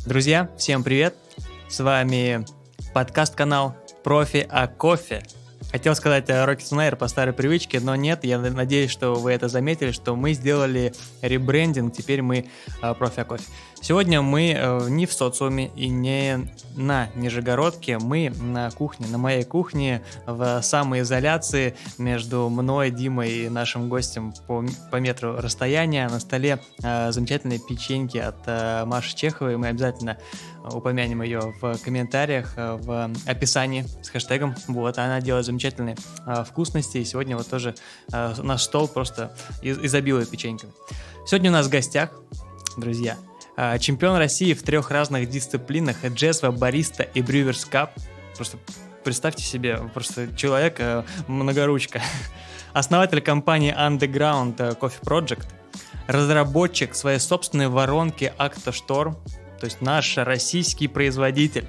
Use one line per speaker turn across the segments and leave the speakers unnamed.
Друзья, всем привет! С вами подкаст-канал «Профи о кофе». Хотел сказать Rocket Snayer по старой привычке, но нет, я надеюсь, что вы это заметили, что мы сделали ребрендинг, теперь мы «Профи о кофе». Сегодня мы не в социуме и не на Нижегородке, мы на кухне, на моей кухне, в самоизоляции между мной, Димой и нашим гостем по метру расстояния. На столе замечательные печеньки от Маши Чеховой, мы обязательно упомянем ее в комментариях, в описании с хэштегом. Вот, она делает замечательные вкусности, и сегодня вот тоже наш стол просто изобилует печеньками. Сегодня у нас в гостях, друзья, чемпион России в 3 разных дисциплинах: Джезва, Бариста и Брюверс Кап. Просто представьте себе, просто человек многоручка. Основатель компании Underground Coffee Project, разработчик своей собственной воронки ActoStorm, то есть наш российский производитель.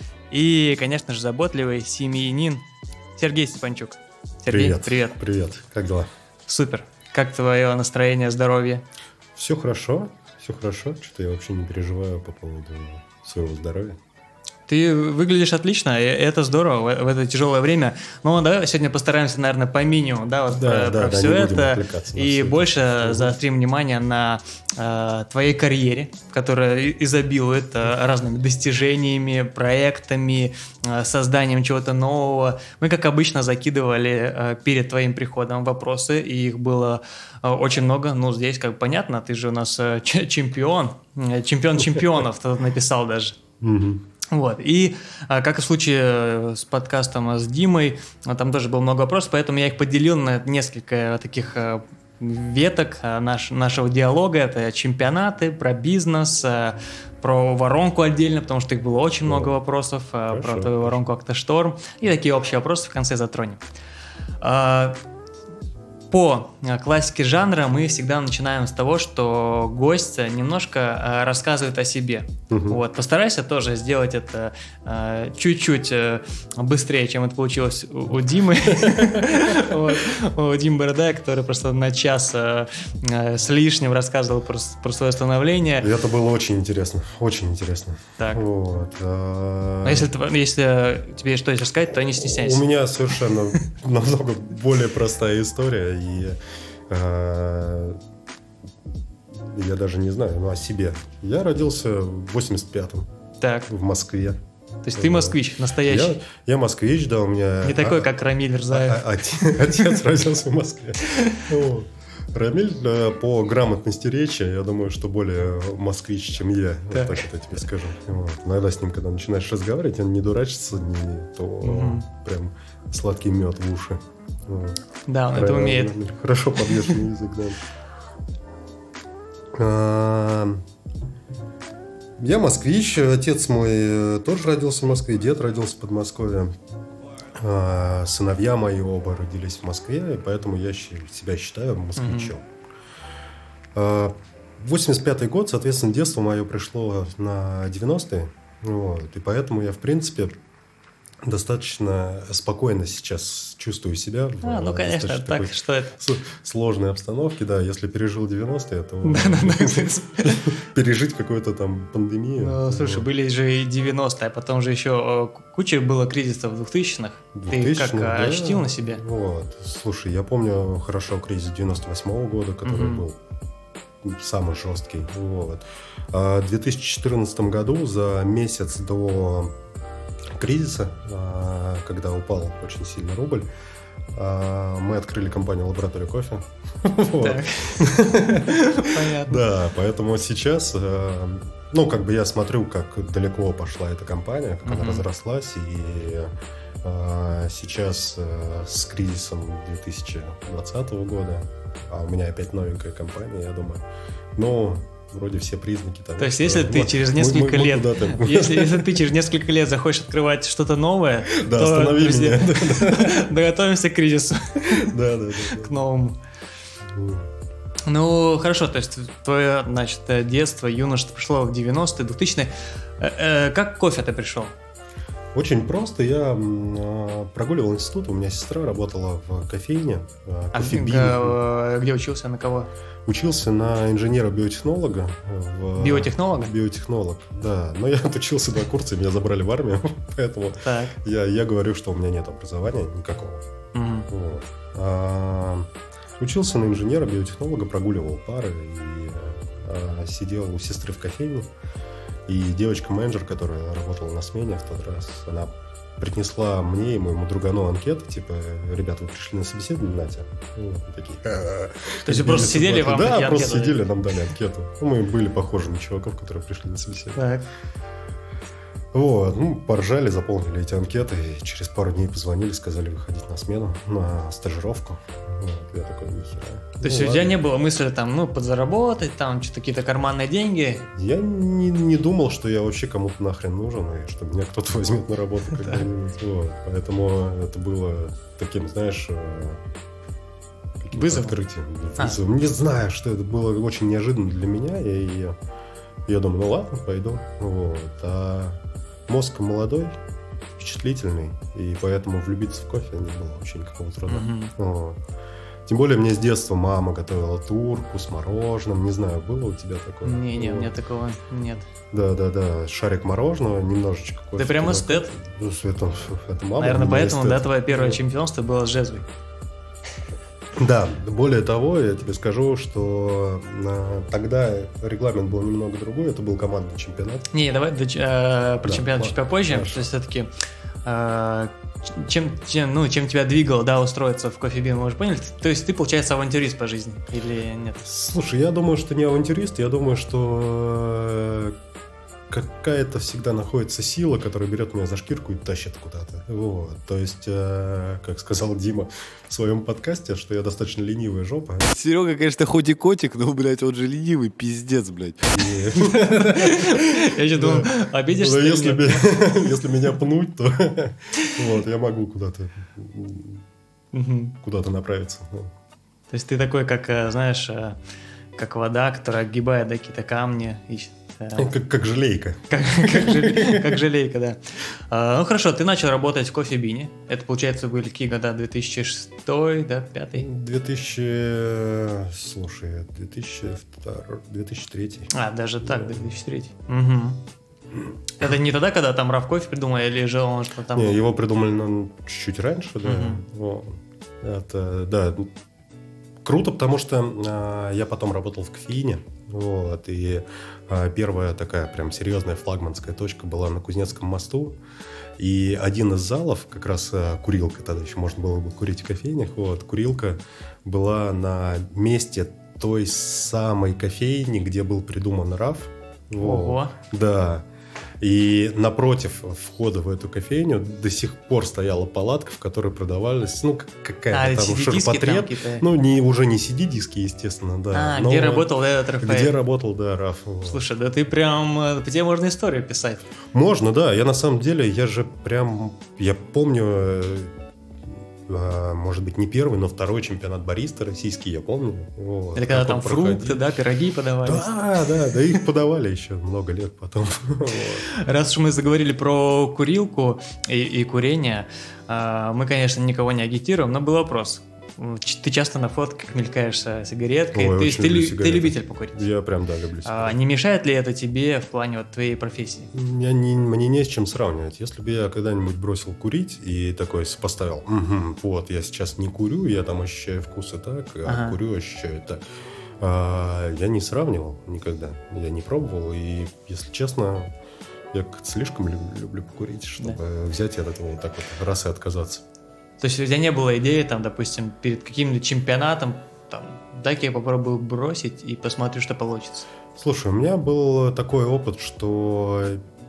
И, конечно же, заботливый семьянин Сергей Степанчук. Сергей, привет.
Привет. Как дела?
Супер. Как твое настроение, здоровье?
Все хорошо. Что-то я вообще не переживаю по поводу своего здоровья.
Ты выглядишь отлично, и это здорово в это тяжелое время. Но давай сегодня постараемся, наверное, по минимуму, про все это. И больше заострим внимание на твоей карьере, которая изобилует разными достижениями, проектами, созданием чего-то нового. Мы, как обычно, закидывали перед твоим приходом вопросы, и их было очень много. Ну, здесь, как понятно, ты же у нас чемпион чемпионов, кто-то написал даже. Вот. И как и в случае с подкастом с Димой, там тоже было много вопросов, поэтому я их поделил на несколько таких веток нашего диалога. Это чемпионаты, про бизнес, про воронку отдельно, потому что их было очень много вопросов, про твою воронку ActoStorm, и такие общие вопросы в конце затронем. По классике жанра мы всегда начинаем с того, что гость немножко рассказывает о себе. Вот. Постарайся тоже сделать это чуть-чуть быстрее, чем это получилось у Димы. У Димы Бородая, который просто на час с лишним рассказывал про свое становление.
Это было очень интересно.
Так. Если тебе что-то рассказать, то не стесняйся.
У меня совершенно намного более простая история. И я даже не знаю, о себе. Я родился в 85-м в Москве.
То есть ты москвич, настоящий?
Я москвич, да, у меня...
Не такой, как Рамиль Рзаев.
Отец родился в Москве. Рамиль по грамотности речи, я думаю, что более москвич, чем я. Вот так это тебе скажу. Иногда с ним, когда начинаешь разговаривать, он не дурачится, то прям сладкий мед в уши.
Да, он это умеет.
Хорошо подвешенный язык, да. Я москвич, отец мой тоже родился в Москве, дед родился в Подмосковье. Сыновья мои оба родились в Москве, и поэтому я себя считаю москвичом. 85-й год, соответственно, детство мое пришло на 90-е. И поэтому я, в принципе, достаточно спокойно сейчас чувствую себя в
конечно, так, что это?
Сложной обстановке, да, если пережил 90-е, то пережить какую-то там пандемию.
Слушай, были же и 90-е, а потом же еще куча было кризисов в 2000-х. Ты как ощутил на себе?
Слушай, я помню хорошо кризис 98-го года, который был самый жесткий. В 2014 году, за месяц до кризиса, когда упал очень сильно рубль, мы открыли компанию «Лаборатория кофе».
Понятно.
Да, поэтому сейчас, я смотрю, как далеко пошла эта компания, как она разрослась, и сейчас с кризисом 2020 года, а у меня опять новенькая компания, я думаю, вроде все признаки того.
То есть, если ты через несколько лет, если ты через несколько лет захочешь открывать что-то новое, то
останови меня.
Доготовимся к кризису.
Да.
К новому. Хорошо, то есть твое, детство, юношество пришло в 90-е, 2000-е. Как к кофе ты пришел?
Очень просто. Я прогуливал институт, у меня сестра работала в кофейне.
Где учился, на кого?
Учился на инженера-биотехнолога.
Биотехнолога?
Биотехнолог, да. Но я отучился на курсе, меня забрали в армию, поэтому я говорю, что у меня нет образования никакого. Вот. Учился на инженера-биотехнолога, прогуливал пары и сидел у сестры в кофейне. И девочка-менеджер, которая работала на смене в тот раз, она принесла мне и моему другану анкету, типа, ребята, вы пришли на собеседование, Натя? Такие.
То есть вы просто сидели, вам
Да, просто сидели, нам дали анкету. Мы были похожи на чуваков, которые пришли на собеседование. Вот, поржали, заполнили эти анкеты, и через пару дней позвонили, сказали выходить на смену, на стажировку. Вот, я такой, нихера.
То есть у тебя не было мысли там, подзаработать, там, что-то какие-то карманные деньги?
Я не думал, что я вообще кому-то нахрен нужен, и что меня кто-то возьмет на работу когда-нибудь. Вот. Поэтому это было таким, знаешь, вызовом. Не знаю, что это было очень неожиданно для меня, и я думаю, ну ладно, пойду. Вот. А мозг молодой, впечатлительный, и поэтому влюбиться в кофе не было вообще никакого труда. Вот. Тем более мне с детства мама готовила турку с мороженым. Не знаю, было у тебя такое?
Не, у меня такого нет.
Да. Шарик мороженого, немножечко кофе.
Ты прям эстет.
Это мама.
Наверное, поэтому, да, твое первое чемпионство было с джезвой.
Да, более того, я тебе скажу, что тогда регламент был немного другой, это был командный чемпионат.
Не, давай про чемпионат чуть попозже. Хорошо. То есть все-таки чем тебя двигало, да, устроиться в Coffee Bean, мы уже поняли? То есть ты, получается, авантюрист по жизни или нет?
Слушай, я думаю, что не авантюрист, я думаю, что какая-то всегда находится сила, которая берет меня за шкирку и тащит куда-то. Вот. То есть, как сказал Дима в своем подкасте, что я достаточно ленивая жопа.
Серега, конечно, хоть и котик, но, блядь, он же ленивый, пиздец, блядь.
Я еще думал, обидишься?
Если меня пнуть, то я могу куда-то направиться.
То есть ты такой, как, знаешь, как вода, которая огибает какие-то камни, ищет.
Как желейка.
Как желейка, да. Ну хорошо, ты начал работать в Coffee Bean. Это, получается, были какие года? 2006, да, 5?
2003.
Даже так, 2003. Угу. Это не тогда, когда там Раф Кофе придумали, или же он что там...
Не, его придумали чуть-чуть раньше, да. Это, да, круто, потому что я потом работал в кофеине. Вот, и первая такая прям серьезная флагманская точка была на Кузнецком мосту. И один из залов, как раз курилка, тогда еще можно было бы курить в кофейнях, вот, курилка была на месте той самой кофейни, где был придуман РАФ. Вот.
Ого! Да.
И напротив входа в эту кофейню до сих пор стояла палатка, в которой продавались, какая-то там ширпотреб. Уже не CD-диски, естественно, да.
Где работал этот Рафаэль?
Где работал, да, Раф.
Слушай, да ты прям, по тебе можно историю писать.
Можно, да. Я на самом деле, я помню... может быть, не первый, но второй чемпионат бариста российский, я помню. Вот,
это когда там фрукты, да, пироги подавали.
Да, их подавали еще много лет потом.
Раз уж мы заговорили про курилку и курение, мы, конечно, никого не агитируем, но был вопрос. Ты часто на фотках мелькаешься сигареткой. То есть ты любитель покурить?
Я прям, да, люблю сигареты.
Не мешает ли это тебе в плане твоей профессии?
Мне не с чем сравнивать. Если бы я когда-нибудь бросил курить и такой сопоставил, вот, я сейчас не курю, я там ощущаю вкус и так, а курю, ощущаю так. Я не сравнивал никогда. Я не пробовал, и, если честно, я слишком люблю покурить, чтобы взять и от этого вот так вот раз и отказаться.
То есть у тебя не было идеи, там, допустим, перед каким-нибудь чемпионатом, там, дай-ка я попробую бросить и посмотрю, что получится?
Слушай, у меня был такой опыт, что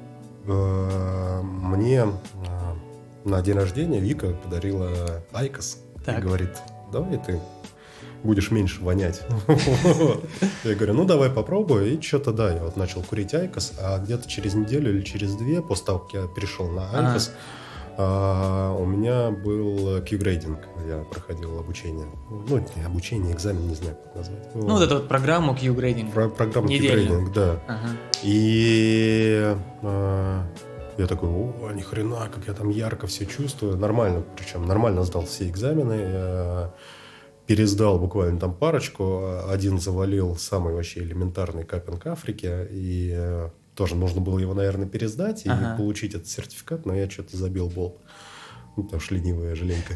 мне на день рождения Вика подарила Айкос и говорит, давай ты будешь меньше вонять. Я говорю, ну давай попробую. И что-то, да, я вот начал курить Айкос, а где-то через неделю или через две, после того, как я перешел на Айкос, у меня был Q-грейдинг, я проходил обучение. Ну, не обучение, экзамен, не знаю, как назвать.
Ну, вот эту вот программу Q-грейдинг.
Программу Q-грейдинг, да. И Я такой, о, ни хрена, как я там ярко все чувствую. Нормально, причем нормально сдал все экзамены. Я пересдал буквально там парочку. Один завалил самый вообще элементарный капинг Африки. И тоже нужно было его, наверное, пересдать и получить этот сертификат. Но я что-то забил болт. Ну, потому что ленивая жалейка.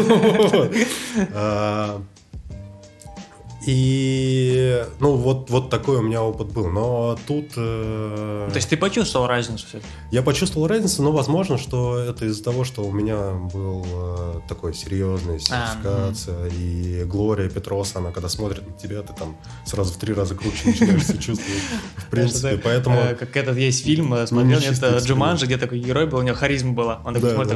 И, ну, вот такой у меня опыт был. Но тут...
То есть ты почувствовал разницу все-таки?
Я почувствовал разницу, но возможно, что это из-за того, что у меня был такой серьезный сертификация. И Глория Петрос, она когда смотрит на тебя, ты там сразу в 3 раза круче начинаешь себя чувствовать. В принципе, поэтому...
Как этот есть фильм, смотрел, это Джуманджи, где такой герой был, у него харизма была. Он такой смотрит,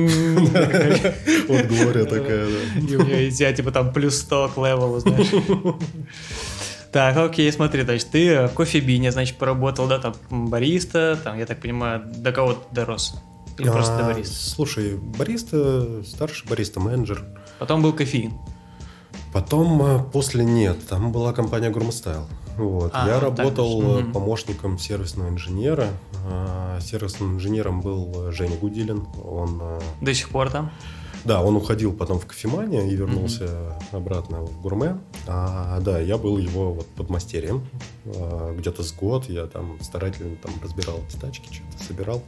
вот Глория такая, да.
И у нее из тебя типа там плюс 100 к левелу, знаешь. Так, окей, смотри, то есть ты в кофебине, значит, поработал, да, там бариста, там, я так понимаю, до кого ты дорос? Или просто до бариста?
Слушай, бариста, старший бариста, менеджер.
Потом был кофеин.
Потом, после нет, там была компания Gourmet Style. Вот. Я работал помощником сервисного инженера. Сервисным инженером был Женя Гудилин. Он
до сих пор там?
Да, он уходил потом в кофеманию и вернулся обратно в Гурме. Да, я был его вот подмастерьем. Где-то с год я там старательно там разбирал эти тачки, что-то собирал.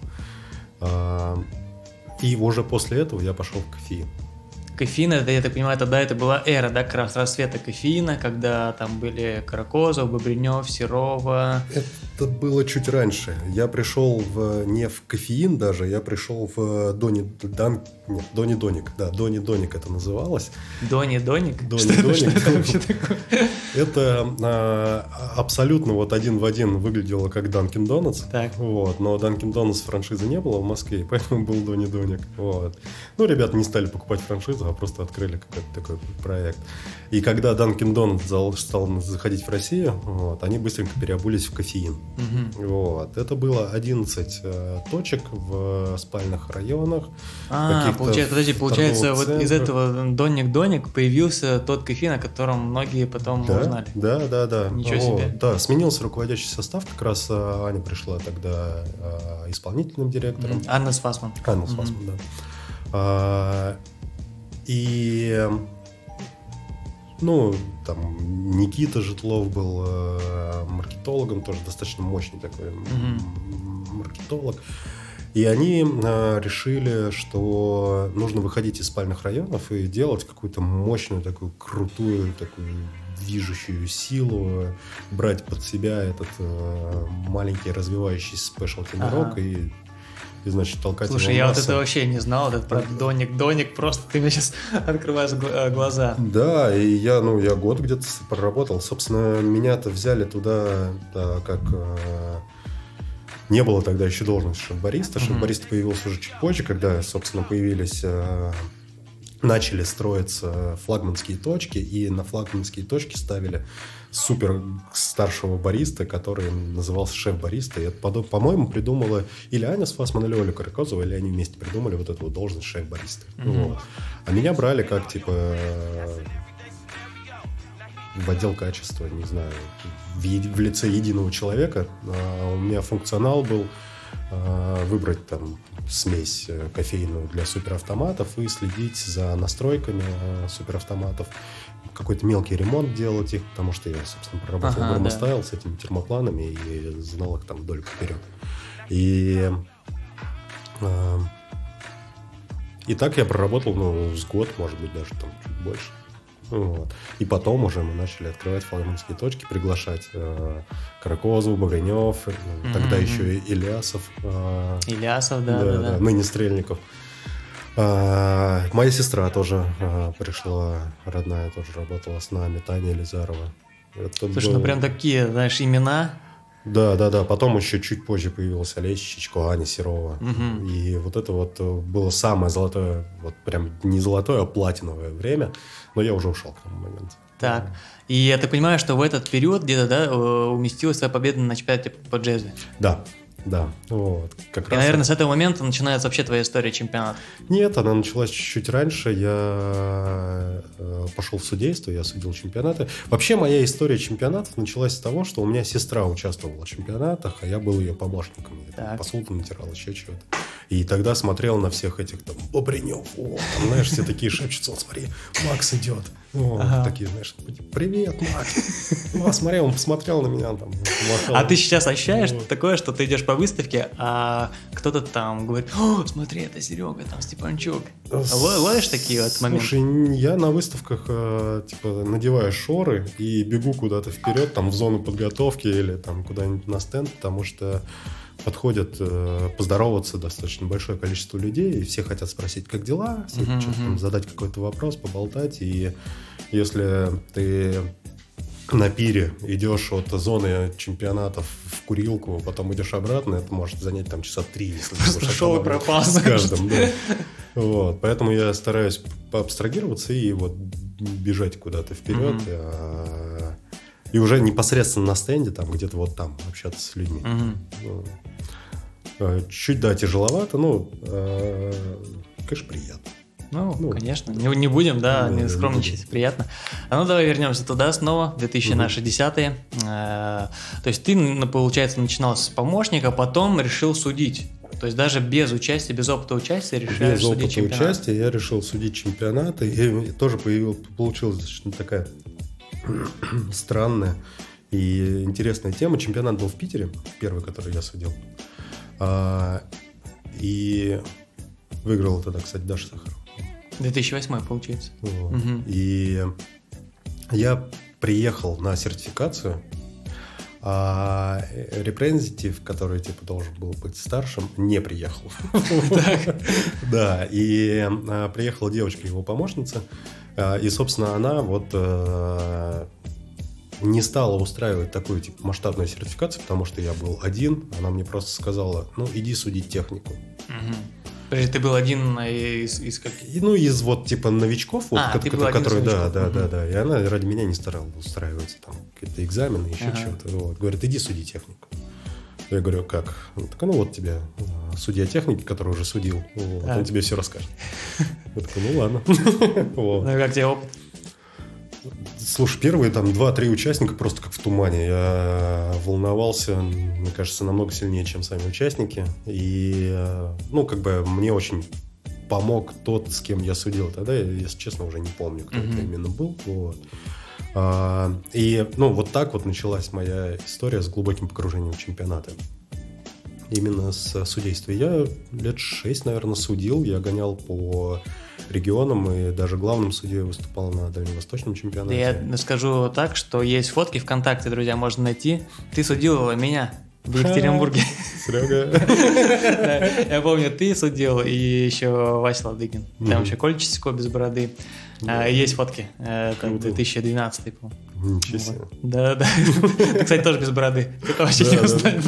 И уже после этого я пошел в кофеин.
Кофеин, это, я так понимаю, тогда это была эра, да, как раз расцвета кофеина, когда там были Каракозов, Бобринев, Серова.
Это было чуть раньше. Я пришел не в кофеин даже, я пришел в Дони Доник. Да, Дони Доник это называлось.
Дони Доник?
Дони Доник.
Что это вообще такое?
Это абсолютно вот один в один выглядело как Dunkin' Donuts.
Так.
Вот, но Dunkin' Donuts франшизы не было в Москве, поэтому был Дони Доник. Вот. Ну, ребята не стали покупать франшизу, а просто открыли какой-то такой проект. И когда Dunkin' Donuts стал заходить в Россию, вот, они быстренько переобулись в кофеин. Вот. Это было 11 точек в спальных районах.
Получается, вот из этого Доник появился тот кофеин, о котором многие потом узнали.
Да.
Ничего себе.
Да, сменился руководящий состав, как раз Аня пришла тогда исполнительным директором.
Анна Свасман.
Да. И, ну, там Никита Житлов был маркетологом, тоже достаточно мощный такой маркетолог. И они решили, что нужно выходить из спальных районов и делать какую-то мощную, такую крутую, такую движущую силу, брать под себя этот маленький развивающийся спешлти мирок и, значит, толкать его.
Слушай, я вот это вообще не знал, этот про Доник, просто ты мне сейчас открываешь глаза.
Да, и я год где-то проработал. Собственно, меня-то взяли туда, как... Не было тогда еще должности шеф-бариста. Шеф-бариста появился уже чуть позже, когда, собственно, начали строиться флагманские точки, и на флагманские точки ставили супер старшего бариста, который назывался шеф-бариста. И это, по-моему, придумала или Аня Свасман, или Оля Каракозова, или они вместе придумали вот эту вот должность шеф-бариста. Вот. А меня брали как, типа, в отдел качества, не знаю, в лице единого человека. У меня функционал был выбрать там смесь кофейную для суперавтоматов и следить за настройками суперавтоматов, какой-то мелкий ремонт делать их, потому что я, собственно, проработал в Gourmet Style с этими термопланами и знал их там вдоль поперек. И так я проработал, с год, может быть, даже там чуть больше. Вот. И потом уже мы начали открывать флагманские точки, приглашать Каракозов, Богренев, тогда еще и Ильясов.
Ильясов, да.
Ныне Стрельников. Моя сестра тоже пришла, родная тоже работала с нами, Таня Елизарова.
Слушай, прям такие, знаешь, имена.
Да. Потом еще чуть позже появилась Олеся Чичко, Аня Серова. И вот это вот было самое золотое, вот прям не золотое, а платиновое время. Но я уже ушел к тому моменту.
Так. И я так понимаю, что в этот период где-то, да, уместилась твоя победа на чемпионате по джезу.
Да. Да, вот. Как
И,
раз
наверное, с этого момента начинается вообще твоя история чемпионата.
Нет, она началась чуть-чуть раньше. Я пошел в судейство, я судил чемпионаты. Вообще моя история чемпионатов началась с того, что у меня сестра участвовала в чемпионатах, а я был ее помощником. Я там посуду натирал, еще чего-то. И тогда смотрел на всех этих там Бобринев, там, знаешь, все такие шепчутся, смотри, Макс идет. Такие, знаешь, привет, Макс. Смотри, он посмотрел на меня там.
А ты сейчас ощущаешь такое, что ты идешь по выставке, а кто-то там говорит: о, смотри, это Серега, там Степанчук. Ловишь такие вот моменты?
Слушай, я на выставках типа надеваю шоры и бегу куда-то вперед, там в зону подготовки или там куда-нибудь на стенд, потому что подходят поздороваться достаточно большое количество людей, и все хотят спросить, как дела, все что-то там, задать какой-то вопрос, поболтать, и если ты на пире идешь от зоны чемпионатов в курилку, потом идешь обратно, это может занять там часа 3, если ты будешь
шел и пропал.
С каждым, да. Вот, поэтому я стараюсь поабстрагироваться и вот бежать куда-то вперед, и уже непосредственно на стенде, там где-то вот там общаться с людьми. Чуть, да, тяжеловато, конечно, приятно.
Ну, конечно, не будем, да, не скромничать, приятно. А ну, давай вернемся туда снова, 2010-е. То есть ты, получается, начинал с помощника, потом решил судить. То есть даже без участия, без опыта участия решаешь судить чемпионат.
Без опыта участия я решил судить чемпионаты, и тоже получилась достаточно такая странная и интересная тема. Чемпионат был в Питере, первый, который я судил. И выиграл тогда, кстати, Даша Сахарова.
2008 получается.
Вот. И я приехал на сертификацию, а репрезентатив, который типа должен был быть старшим, не приехал. Да, и приехала девочка, его помощница, и, собственно, она вот не стала устраивать такую типа масштабную сертификацию, потому что я был один. Она мне просто сказала: ну, иди судить технику.
Подожди, ты был один из каких?
Ну, из вот типа новичков, которые, да. И она ради меня не старалась устраивать там какие-то экзамены, еще чего-то. Вот. Говорит, иди суди технику. Я говорю, как? Он такой, ну вот тебе судья техники, который уже судил, вот, он тебе все расскажет. Я такой, ну ладно.
Ну и как тебе опыт?
Слушай, первые там 2-3 участника просто как в тумане. Я волновался, мне кажется, намного сильнее, чем сами участники. И, ну, как бы мне очень помог тот, с кем я судил тогда. Я, если честно, уже не помню, кто это именно был. Вот. И, ну, вот так вот началась моя история с глубоким погружением в чемпионаты. Именно с судейства. Я лет 6, наверное, судил. Я гонял по регионам и даже главным судьей выступал на дальневосточном чемпионате.
Я скажу так, что есть фотки ВКонтакте, друзья, можно найти. Ты судил меня в Екатеринбурге.
Серега.
Я помню, ты судил, и еще Вася Ладыгин. Там еще Коля Чистяков без бороды. Есть фотки. Это 2012, по-моему.
Ничего себе.
Да. Ты, кстати, тоже без бороды. Это вообще не узнаешь.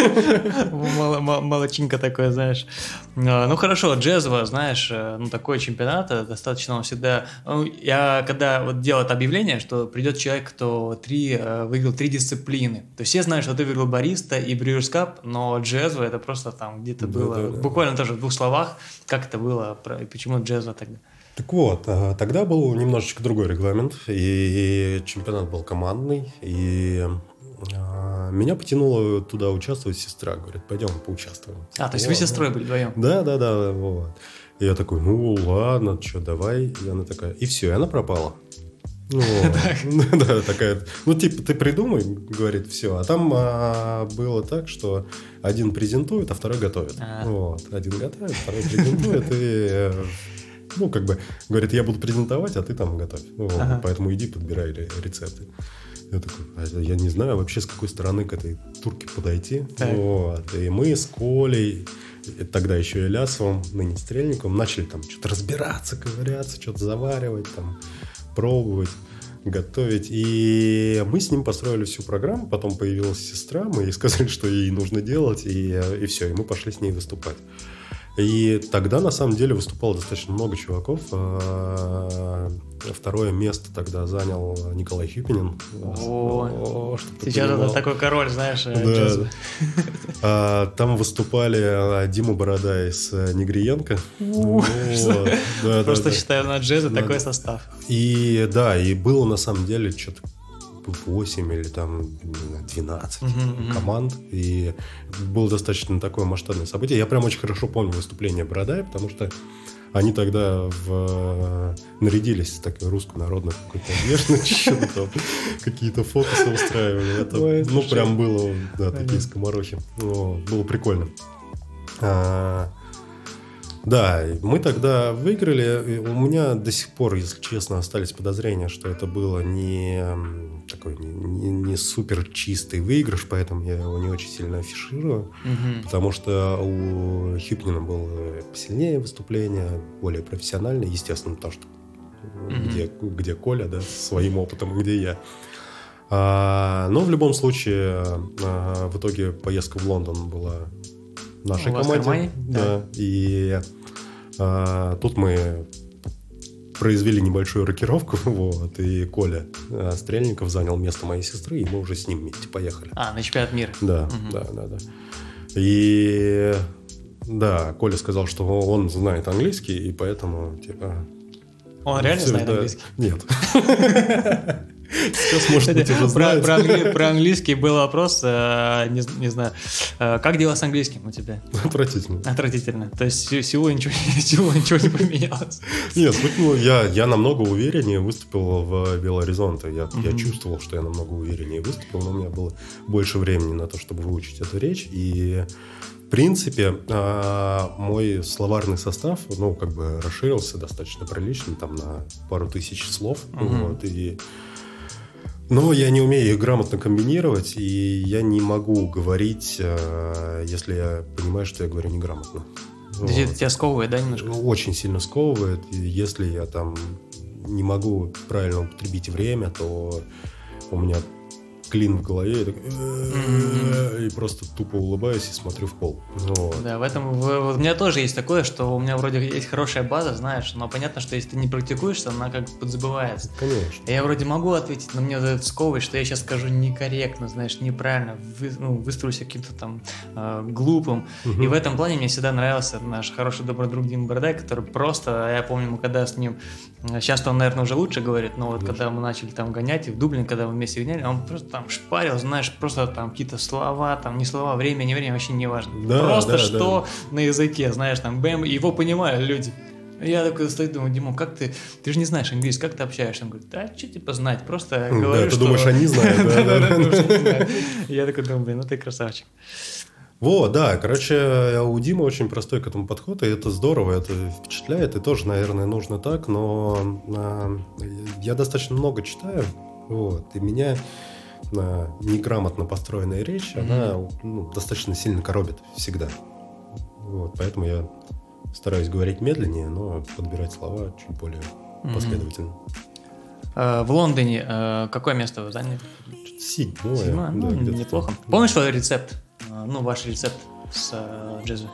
Молодчинка такой, знаешь. Ну, хорошо, джезово, знаешь, ну, такой чемпионат, достаточно он всегда... Я когда вот делал это объявление, что придет человек, кто выиграл 3 дисциплины. То есть все знают, что ты выиграл бариста и Brewers Cup, но джезово это просто там где-то было... Буквально тоже в 2 словах, как это было, и почему джезово тогда.
Так вот, тогда был немножечко другой регламент, и чемпионат был командный, и меня потянула туда участвовать сестра, говорит, пойдем поучаствуем.
То есть вы с сестрой были вдвоем?
Да, вот. И я такой, ну ладно, что, давай. И она такая, и все, и она пропала. Да, такая, ну типа ты придумай, говорит, все. А там было так, что один презентует, а второй готовит. Вот, один готовит, второй презентует, и... Ну, как бы, говорит, я буду презентовать, а ты там готовь. Поэтому иди, подбирай рецепты. Я такой, я не знаю вообще, с какой стороны к этой турке подойти. Вот. И мы с Колей, тогда еще Илясовым, ныне Стрельниковым, начали там что-то разбираться, ковыряться, что-то заваривать, там, пробовать, готовить. И мы с ним построили всю программу. Потом появилась сестра, мы ей сказали, что ей нужно делать, и все, и мы пошли с ней выступать. И тогда, на самом деле, выступало достаточно много чуваков. Второе место тогда занял Николай Хюпинин.
Сейчас это такой король, знаешь, джаза.
Там выступали Дима Борода из Негриенко.
Просто считаю, на джазе такой состав.
И да, и было на самом деле что-то 8 или там 12 команд, и было достаточно такое масштабное событие. Я прям очень хорошо помню выступление Бородая, потому что они тогда нарядились в такую русскую народную какую-то одежду, какие-то фокусы устраивали. Это, прям было, да, такие скоморохи. Было прикольно. Да, мы тогда выиграли. У меня до сих пор, если честно, остались подозрения, что это было не супер чистый выигрыш, поэтому я его не очень сильно афиширую, потому что у Хюпнина было посильнее выступление, более профессиональное, естественно, то, что где Коля, да, со своим опытом, где я. Но в любом случае, в итоге поездка в Лондон была нашей команде. Да. И тут мы произвели небольшую рокировку, вот, и Коля Стрельников занял место моей сестры, и мы уже с ним вместе поехали.
На чемпионат мира.
Да. И да, Коля сказал, что он знает английский, и поэтому, типа...
Он реально знает английский?
Нет. Сейчас, может быть, уже знает.
Про английский был вопрос, не знаю, как дела с английским у тебя? Отвратительно. То есть всего ничего не поменялось.
Нет, я намного увереннее выступил в Бело-Оризонте. Я чувствовал, что я намного увереннее выступил, но у меня было больше времени на то, чтобы выучить эту речь. И в принципе, мой словарный состав, расширился достаточно прилично, там на пару тысяч слов. Но я не умею их грамотно комбинировать, и я не могу говорить, если я понимаю, что я говорю неграмотно.
То есть это тебя сковывает, да, немножко?
Очень сильно сковывает. И если я там не могу правильно употребить время, то у меня клин в голове, и просто тупо улыбаюсь и смотрю в пол.
Да, в этом у меня тоже есть такое, что у меня вроде есть хорошая база, знаешь, но понятно, что если ты не практикуешься, она как бы подзабывается.
Конечно.
Я вроде могу ответить, но мне вот это сковывает, что я сейчас скажу некорректно, знаешь, неправильно, выстроюсь каким-то там глупым. И в этом плане мне всегда нравился наш хороший добрый друг Дима Бородай, который просто, я помню, мы когда с ним, сейчас он, наверное, уже лучше говорит, но вот когда мы начали там гонять, и в Дублин, когда мы вместе гоняли, он просто там шпарил, знаешь, просто там какие-то слова, там не слова, время, не время, вообще не важно. Что на языке, знаешь, там бэм, его понимают люди. Я такой стою, думаю, Дима, как ты же не знаешь английский, как ты общаешься? Он говорит, что типа знать, просто говорю,
что... ты думаешь, они знают,
Я такой думаю, ты красавчик.
Короче, у Димы очень простой к этому подход, и это здорово, это впечатляет, и тоже, наверное, нужно так, но я достаточно много читаю, и меня неграмотно построенная речь, она достаточно сильно коробит всегда. Поэтому я стараюсь говорить медленнее, но подбирать слова чуть более последовательно.
В Лондоне какое место вы заняли?
7-е.
Неплохо. Помнишь свой рецепт? Ваш рецепт с джазу?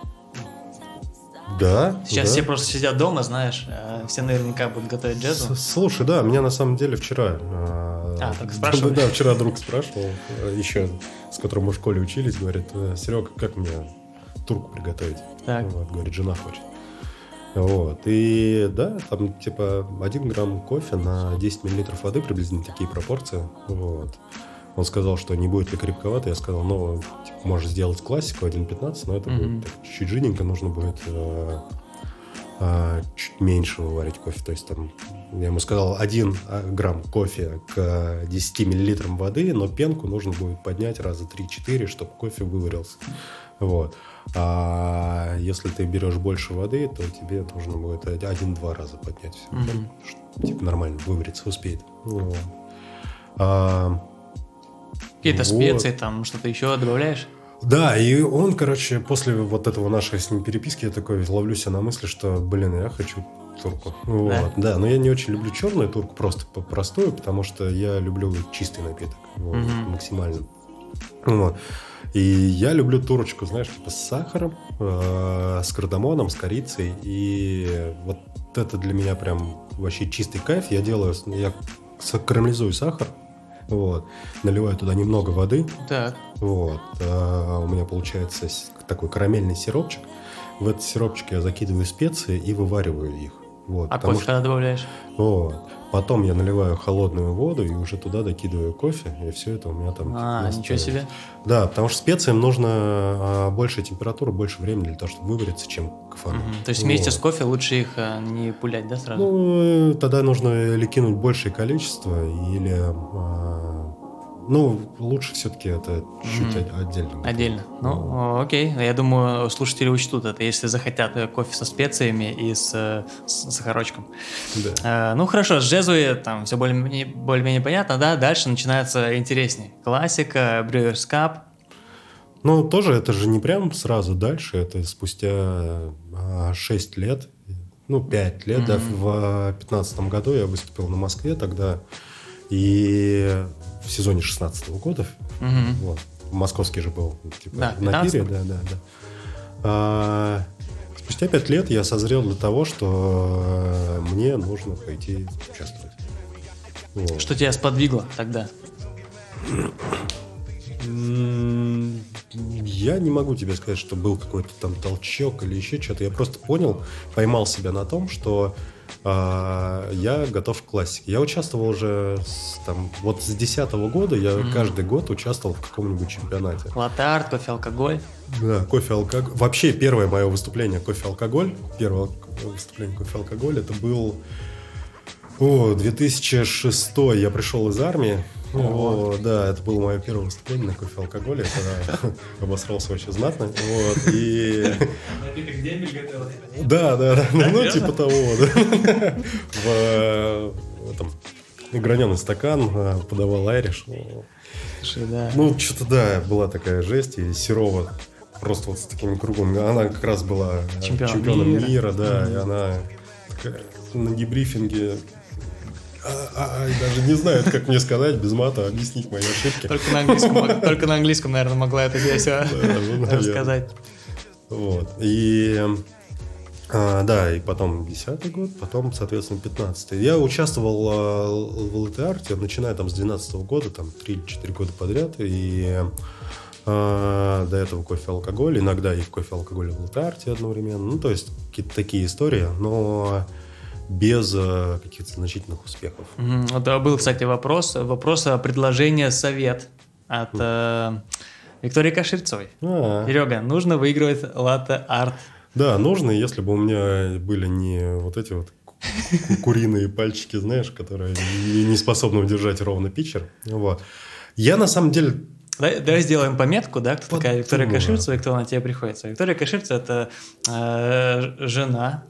Да.
Сейчас все просто сидят дома, знаешь, все наверняка будут готовить джазу.
Слушай, да, меня на самом деле вчера...
так спрашивали?
Да, вчера друг спрашивал, еще с которым мы в школе учились, говорит, Серега, как мне турку приготовить? Говорит, жена хочет. И да, там типа 1 грамм кофе на 10 миллилитров воды, приблизительно такие пропорции. Он сказал, что не будет ли крепковато. Я сказал, можешь сделать классику 1,15, но это будет чуть-чуть жиденько, нужно будет чуть меньше выварить кофе. То есть там, я ему сказал, 1 грамм кофе к 10 миллилитрам воды, но пенку нужно будет поднять раза 3-4, чтобы кофе выварился. А если ты берешь больше воды, то тебе нужно будет 1-2 раза поднять. Типа нормально вывариться успеет.
Какие-то специи, там что-то еще добавляешь?
Да, и он, короче, после вот этого нашей с ним переписки, я такой ловлю себя на мысли, что, я хочу турку. Да, но я не очень люблю черную турку, просто простую, потому что я люблю чистый напиток, максимально. Вот. И я люблю турочку, знаешь, типа с сахаром, с кардамоном, с корицей. И вот это для меня прям вообще чистый кайф. Я карамелизую сахар, вот, наливаю туда немного воды.
Так.
Вот. У меня получается такой карамельный сиропчик. В этот сиропчик я закидываю специи и вывариваю их. Вот,
А кофе когда добавляешь?
Вот. Потом я наливаю холодную воду и уже туда докидываю кофе, и все это у меня там...
ничего себе.
Да, потому что специям нужно большая температура, больше времени для того, чтобы вывариться, чем кофе.
То есть вместе с кофе лучше их не пулять, да, сразу?
Ну, тогда нужно или кинуть большее количество, или... лучше все-таки это чуть отдельно.
Отдельно. Ну, окей. Я думаю, слушатели учтут это, если захотят кофе со специями и с сахарочком.
Да.
Ну, хорошо, с джезвой там все более-менее понятно, да? Дальше начинается интереснее. Классика, Brewers Cup.
Ну, тоже это же не прям сразу дальше, это спустя 6 лет, 5 лет, да, в 2015 году я выступил на Москве тогда, и в сезоне 2016 года, вот, московский же был, типа, на пире, да. Спустя 5 лет я созрел для того, что мне нужно пойти участвовать. Вот.
Что тебя сподвигло тогда?
Я не могу тебе сказать, что был какой-то там толчок или еще что-то. Я просто поймал себя на том, что я готов к классике. Я участвовал уже с 2010 года, я каждый год участвовал в каком-нибудь чемпионате.
Латте-арт, кофе-алкоголь.
Да, кофе-алкоголь. Вообще первое мое выступление кофе-алкоголь, это был 2006. Я пришел из армии. Да, это было мое первое выступление на кофе-алкоголе. Я обосрался очень знатно.
Напиток дембель готовил?
Да. Ну, типа того. В граненый стакан подавал айриш. Ну, что-то, да, была такая жесть. И Серова просто вот с таким кругом. Она как раз была чемпионом мира, да. И она такая на дебрифинге... даже не знают, как мне сказать, без мата объяснить мои ошибки.
Только на английском, наверное, могла это здесь рассказать.
Вот. И и потом 10-й год, потом, соответственно, 15-й. Я участвовал в латте-арте, начиная там с 12-го года, там 3-4 года подряд, и до этого кофе-алкоголь, иногда и кофе-алкоголь в латте-арте одновременно. Ну, то есть какие-то такие истории, но без каких-то значительных успехов.
Вот был, кстати, вопрос предложение совет от Виктории Каширцевой. Серега, нужно выигрывать латте-арт.
Да, нужно, если бы у меня были не вот эти вот куриные пальчики, знаешь, которые не способны удержать ровно питчер. Вот. Я на самом деле...
Давай сделаем пометку, да, кто такая Виктория Каширцева и кто на тебя приходится. Виктория Каширцева – это жена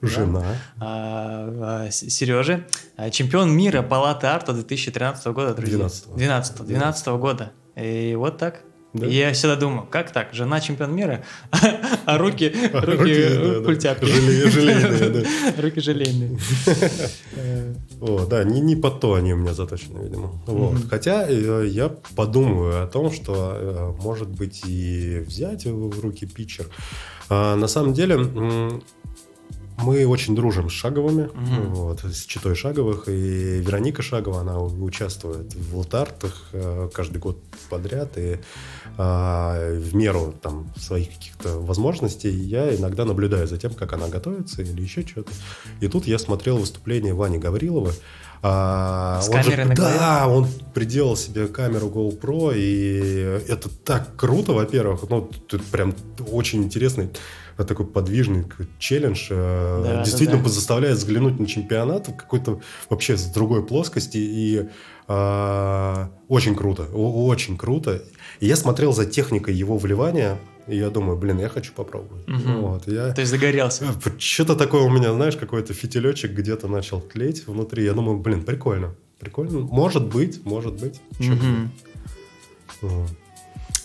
Сережи, чемпион мира по латте-арту 2013 года, друзья. 12 года. И вот так. Да? Я всегда думаю, как так? Жена чемпион мира, а руки культяпки.
Желейные, да.
Руки желейные.
Да, не под то они у меня заточены, видимо. Хотя я подумаю о том, что может быть и взять в руки питчер. На самом деле... Мы очень дружим с Шаговыми, с читой Шаговых, и Вероника Шагова, она участвует в латте-артах каждый год подряд, и в меру там своих каких-то возможностей я иногда наблюдаю за тем, как она готовится или еще что-то. И тут я смотрел выступление Вани Гаврилова.
С камерой на голове?
Да, он приделал себе камеру GoPro, и это так круто, во-первых, это прям очень интересный такой подвижный челлендж, действительно заставляет взглянуть на чемпионат в какой-то вообще с другой плоскости, и очень круто, очень круто. И я смотрел за техникой его вливания, и я думаю, я хочу попробовать.
То есть загорелся.
Что-то такое у меня, знаешь, какой-то фитилечек где-то начал тлеть внутри. Я думаю, прикольно. Может быть.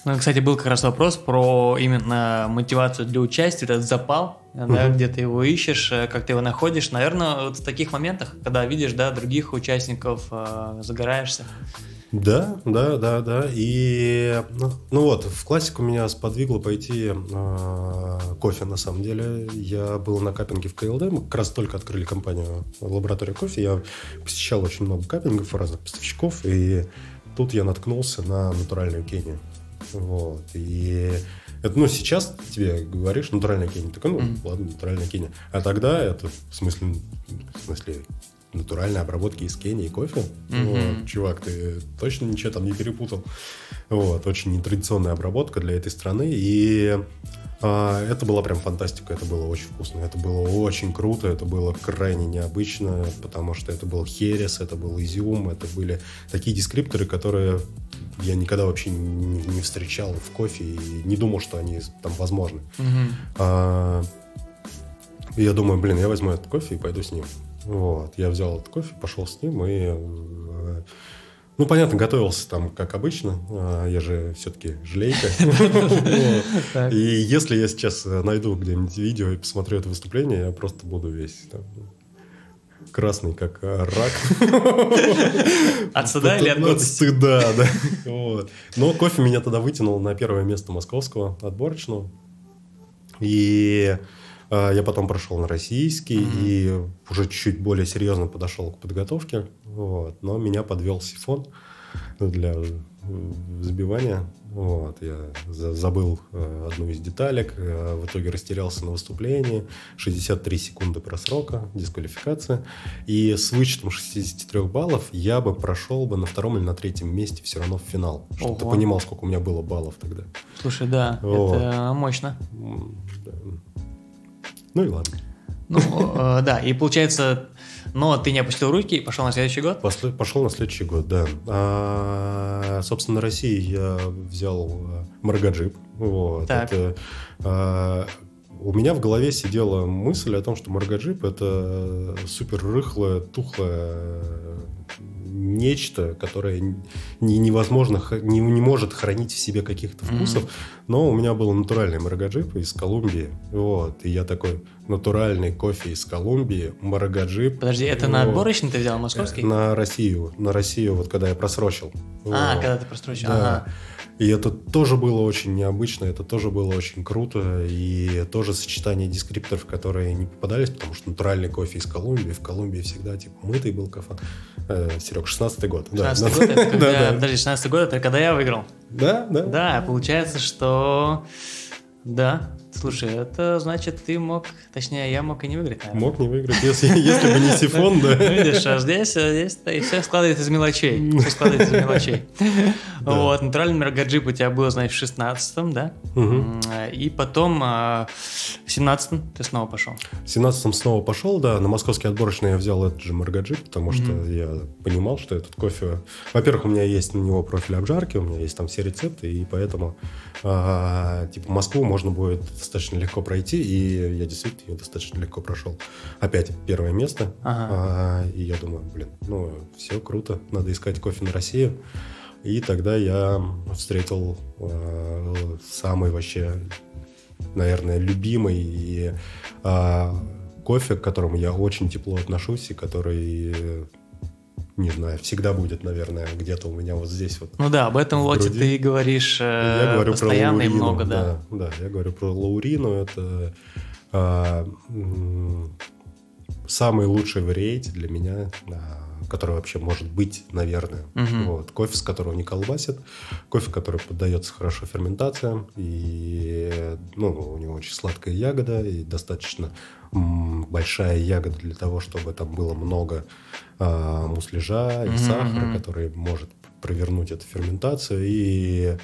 Ну, кстати, был как раз вопрос про именно мотивацию для участия, этот запал, да, где ты его ищешь, как ты его находишь. Наверное, вот в таких моментах, когда видишь, да, других участников, загораешься.
Да. И, ну вот, в классику меня сподвигло пойти кофе, на самом деле. Я был на каппинге в КЛД, мы как раз только открыли компанию «Лаборатория кофе». Я посещал очень много каппингов разных поставщиков, и тут я наткнулся на натуральную Кению. Вот, и это, ну, сейчас тебе говоришь натуральная Кения. Такой, ну, ладно, натуральная Кения. А тогда это, в смысле натуральной обработки из Кении кофе. Вот, чувак, ты точно ничего там не перепутал. Вот, очень нетрадиционная обработка для этой страны. И это была прям фантастика. Это было очень вкусно. Это было очень круто. Это было крайне необычно, потому что это был херес, это был изюм, это были такие дескрипторы, которые я никогда вообще не встречал в кофе и не думал, что они там возможны. Я думаю, блин, я возьму этот кофе и пойду с ним. Вот, я взял этот кофе, пошел с ним и, ну, понятно, готовился там, как обычно. Я же все-таки жалейка. И если я сейчас найду где-нибудь видео и посмотрю это выступление, я просто буду весь красный, как рак.
От стыда или от гордости?
От стыда, да. Но кофе меня тогда вытянул на первое место московского отборочного. И я потом прошел на российский и уже чуть более серьезно подошел к подготовке. Вот. Но меня подвел сифон для взбивания. Вот. Я забыл одну из деталек. В итоге растерялся на выступлении. 63 секунды просрока, дисквалификация. И с вычетом 63 баллов я бы прошел бы на втором или на третьем месте все равно в финал. Чтобы ты понимал, сколько у меня было баллов тогда.
Слушай, да, вот. Это мощно.
Да. Ну и ладно.
Ну, да, и получается, но ты не опустил руки и пошел на следующий год?
Пошел на следующий год, да. Собственно, на России я взял Маргаджип. Вот. Это, у меня в голове сидела мысль о том, что Маргаджип – это супер рыхлое, тухлое нечто, которое невозможно, не может хранить в себе каких-то вкусов. Но у меня был натуральный Маргаджип из Колумбии. Вот. И я такой, натуральный кофе из Колумбии, Маргаджип.
Подожди, это на отборочный ты взял, московский?
На Россию, вот когда я просрочил.
Когда ты просрочил,
да. И это тоже было очень необычно, это тоже было очень круто, и тоже сочетание дескрипторов, которые не попадались, потому что натуральный кофе из Колумбии, в Колумбии всегда типа мытый был кофе. Серег, 16-й год.
16-й год, это когда... Подожди, 16-й год, это когда я выиграл.
Да.
Да, получается, что... Да, слушай, это значит, ты мог, точнее, я мог и не выиграть, наверное.
Мог не выиграть, если бы не сифон, да.
Видишь, а здесь все складывается из мелочей. Вот, натуральный Маргаджип у тебя был, значит, в 16-м, да? И потом в 17-м ты снова пошел.
В 17-м снова пошел, да. На московский отборочный я взял этот же Маргаджип, потому что я понимал, что этот кофе... Во-первых, у меня есть на него профиль обжарки, у меня есть там все рецепты, и поэтому типа Москву можно будет достаточно легко пройти, и я действительно ее достаточно легко прошел. Опять первое место. И я думаю, блин, ну все круто, надо искать кофе на Россию. И тогда я встретил самый вообще, наверное, любимый и кофе, к которому я очень тепло отношусь, и который... Не знаю, всегда будет, наверное, где-то у меня вот здесь вот.
Ну да, об этом лоте ты говоришь постоянно и много, да.
Да, я говорю про Лаурину. Это самый лучший вариант для меня, который вообще может быть, наверное. Вот. Кофе, с которого не колбасит, кофе, который поддается хорошо ферментациям, и у него очень сладкая ягода, и достаточно большая ягода для того, чтобы там было много мусляжа и сахара, который может провернуть эту ферментацию. И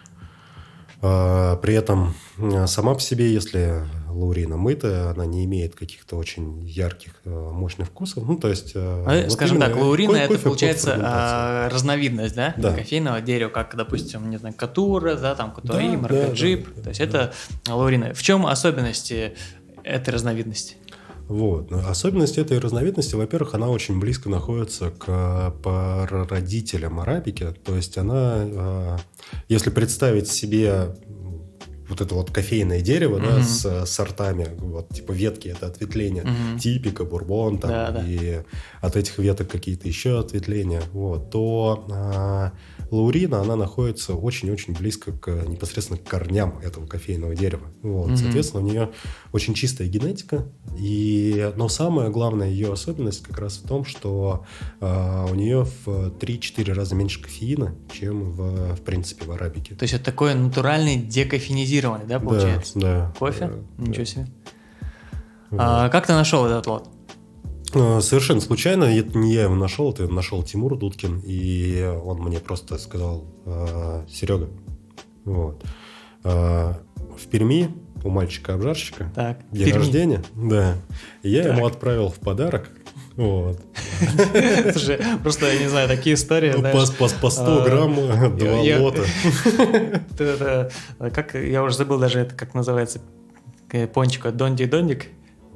при этом сама по себе, если Лаурина мытая, она не имеет каких-то очень ярких, мощных вкусов. Ну, то есть...
Скажем так, Лаурина это, получается, разновидность, да? Кофейного дерева, как, допустим, не знаю, Катура, да, там, Катуари, Маргаджип. То есть это Лаурина. В чем особенности этой разновидности?
Вот. Особенность этой разновидности, во-первых, она очень близко находится к прародителям арабики. То есть она, если представить себе вот это вот кофейное дерево, да, с сортами, вот, типа ветки, это ответвления, типика, бурбон, там, и от этих веток какие-то еще ответвления, вот, то лаурина, она находится очень-очень близко непосредственно к корням этого кофейного дерева. Вот, соответственно, у нее очень чистая генетика, но самая главная ее особенность как раз в том, что у нее в 3-4 раза меньше кофеина, чем в принципе в арабике.
То есть это такой натуральный декофеинизированный, да, получается?
Да.
Кофе? Ничего себе. Как ты нашел этот лот?
Совершенно случайно, это не я его нашел, это нашел Тимур Дудкин, и он мне просто сказал: Серега, вот, в Перми у мальчика-обжарщика день рождения, да, и я ему отправил в подарок. Вот.
Слушай, просто, я не знаю, такие истории,
по 100 грамм, 2 лота.
Как, я уже забыл даже, это как называется, пончика, дондик-дондик.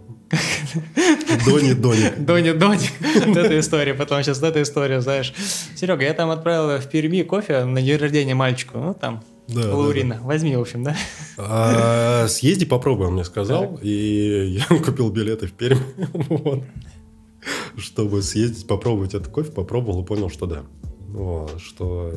Дони-доник.
Дони-доник. Вот эта история. Потом сейчас эта история, знаешь. Серега, я там отправил в Перми кофе на день рождения мальчику. Ну, там, лаурина. Возьми, в общем, да?
Съезди, попробуй, он мне сказал. И я купил билеты в Пермь. Чтобы съездить, попробовать этот кофе. Попробовал и понял, что да. Что...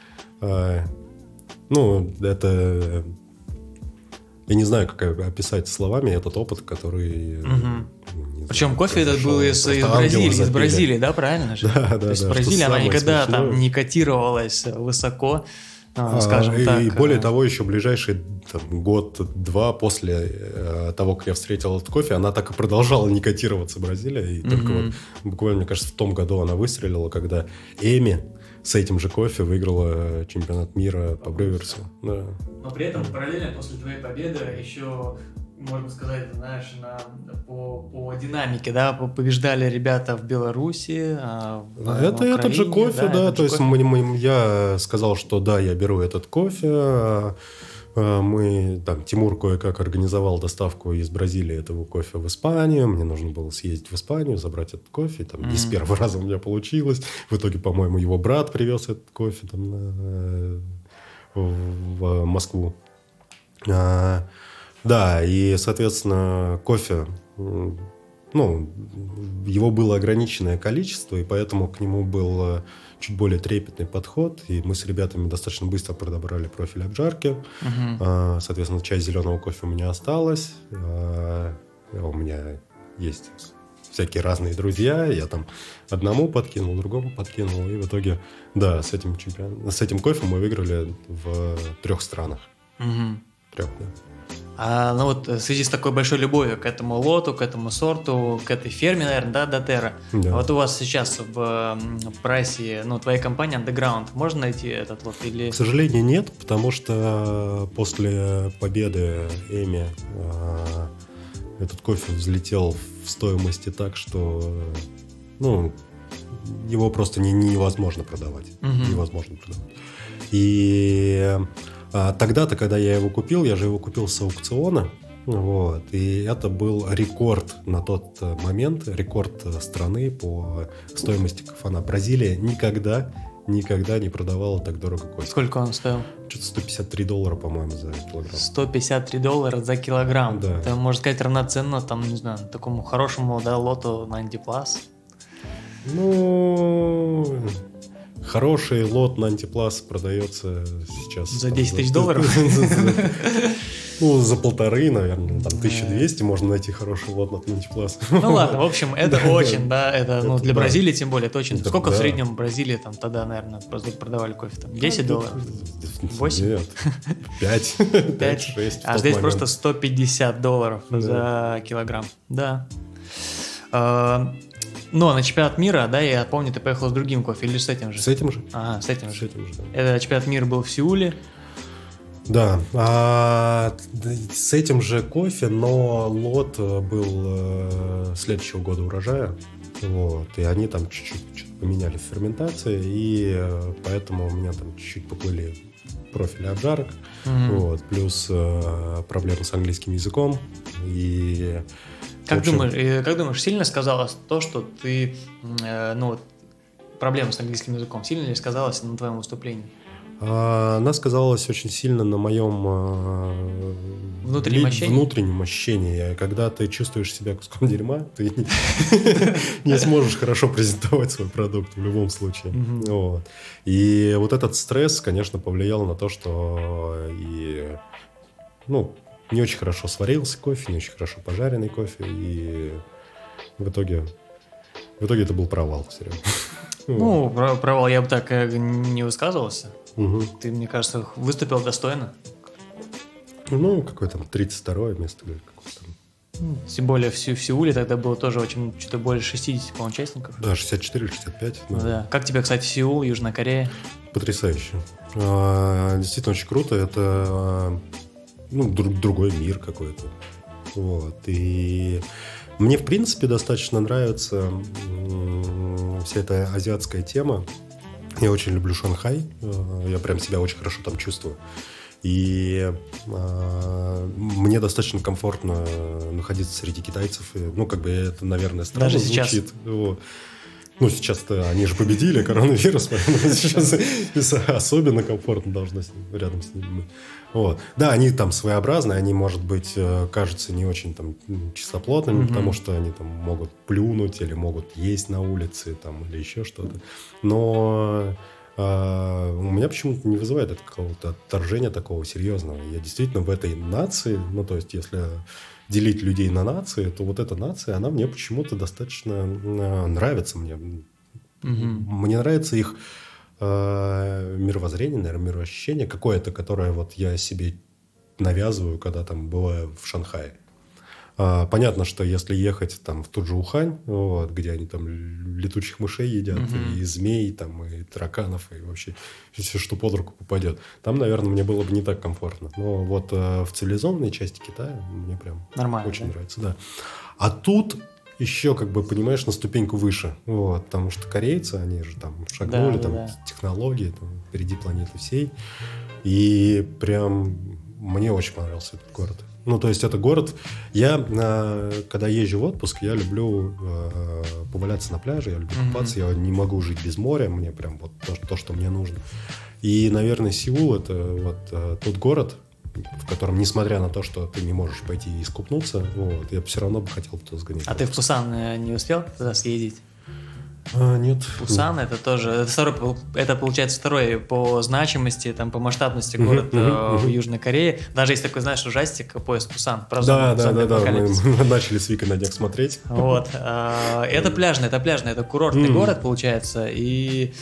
Ну, это... Я не знаю, как описать словами этот опыт, который...
Причем кофе этот был из Бразилии, да, правильно же?
Да.
То есть Бразилия, она никогда там не котировалась высоко, скажем так.
И более того, еще ближайший год-два после того, как я встретил этот кофе, она так и продолжала не котироваться, Бразилия. И только вот буквально, мне кажется, в том году она выстрелила, когда Эми с этим же кофе выиграла чемпионат мира по брюверсу. Да.
Но при этом параллельно после твоей победы еще, можно сказать, знаешь, по динамике, да, побеждали ребята в Беларуси,
это этот же кофе, да, то есть я сказал, что да, я беру этот кофе. Тимур кое-как организовал доставку из Бразилии этого кофе в Испанию. Мне нужно было съездить в Испанию, забрать этот кофе. Не с первого раза у меня получилось. В итоге, по-моему, его брат привез этот кофе в Москву. Да, и, соответственно, кофе, его было ограниченное количество, и поэтому к нему был чуть более трепетный подход, и мы с ребятами достаточно быстро подобрали профиль обжарки. Соответственно, часть зеленого кофе у меня осталась. У меня есть всякие разные друзья, я там одному подкинул, другому подкинул, и в итоге, да, с этим кофе мы выиграли в 3 странах. 3, да.
В связи с такой большой любовью к этому лоту, к этому сорту, к этой ферме, наверное, да, Дотерра. Да. Вот у вас сейчас в прайсе, твоей компании Underground, можно найти этот лот? Или...
К сожалению, нет, потому что после победы Эми этот кофе взлетел в стоимости так, что его просто невозможно продавать. Невозможно продавать. И... Тогда-то, когда я его купил, я же его купил с аукциона, и это был рекорд на тот момент, рекорд страны по стоимости кафана. Бразилия никогда не продавала так дорого кофе.
Сколько он стоил?
Что-то $153, по-моему, за килограмм.
$153 за килограмм?
Да.
Это, можно сказать, равноценно, не знаю, такому хорошему, да, лоту 90+.
Хороший лот на антиплас продается сейчас...
За $10 000?
За 1,5, наверное, 1200 можно найти хороший лот на антиплас.
Ладно, в общем, это очень, да, это для Бразилии тем более, это очень... Сколько в среднем в Бразилии тогда, наверное, продавали кофе? $10? 8?
Нет, 5, 6.
А здесь просто $150 за килограмм. Да. Но на чемпионат мира, да, я помню, ты поехал с другим кофе или с этим же?
С этим же.
Ага, с этим же.
Да.
Это чемпионат мира был в Сеуле.
Да, с этим же кофе, но лот был следующего года урожая. Вот, и они там чуть-чуть что-то поменяли в ферментации, и поэтому у меня там чуть-чуть поплыли профили обжарок, вот, плюс проблемы с английским языком. И,
как думаешь, сильно сказалось то, что ты, проблема с английским языком, сильно ли сказалось на твоем выступлении?
Она сказалась очень сильно на моем внутреннем ощущении. Когда ты чувствуешь себя куском дерьма, ты не сможешь хорошо презентовать свой продукт в любом случае. Вот. И вот этот стресс, конечно, повлиял на то, что не очень хорошо сварился кофе, не очень хорошо пожаренный кофе, и в итоге это был провал все время.
Провал я бы так не высказывался. Ты, мне кажется, выступил достойно.
Какое там 32-е место или какое-то там.
Тем более в Сеуле тогда было тоже очень, что-то более 60, по-моему, участников.
Да, 64 или 65.
Да. Как тебе, кстати, Сеул, Южная Корея?
Потрясающе. Действительно очень круто. Это другой мир какой-то. Вот. И мне, в принципе, достаточно нравится вся эта азиатская тема. Я очень люблю Шанхай. Я прям себя очень хорошо там чувствую. И мне достаточно комфортно находиться среди китайцев. Это, наверное, странно
даже
звучит. Сейчас-то они же победили коронавирус, поэтому сейчас особенно комфортно должно рядом с ними быть. Вот. Да, они там своеобразные, они, может быть, кажутся не очень там чистоплотными, потому что они там могут плюнуть или могут есть на улице там, или еще что-то. Но у меня почему-то не вызывает это какого-то отторжения такого серьезного. Я действительно в этой нации, то есть если делить людей на нации, то вот эта нация, она мне почему-то достаточно нравится. Мне нравится их мировоззрение, наверное, мироощущение какое-то, которое вот я себе навязываю, когда там бываю в Шанхае. Понятно, что если ехать там в тот же Ухань, где они там летучих мышей едят, и змей, там, и тараканов, и вообще все, что под руку попадет, там, наверное, мне было бы не так комфортно. Но вот в цивилизованной части Китая мне прям
нормально,
очень нравится. Да. А тут еще, понимаешь, на ступеньку выше. Вот, потому что корейцы, они же там шагнули, технологии, там, впереди планеты всей. И прям мне очень понравился этот город. То есть это город... Я, когда езжу в отпуск, я люблю поваляться на пляже, я люблю купаться, я не могу жить без моря, мне прям вот то, что мне нужно. И, наверное, Сеул — это вот тот город, в котором, несмотря на то, что ты не можешь пойти и искупнуться, я все равно бы хотел туда сгонять.
А ты в Пусан не успел туда съездить?
Нет.
Пусан это тоже это получается второй по значимости, там, по масштабности город в Южной Корее. Даже есть такой, знаешь, ужастик «Поезд Пусан».
Да, мы начали с Викой на днях смотреть.
Вот. Это пляжный, это курортный город, получается. И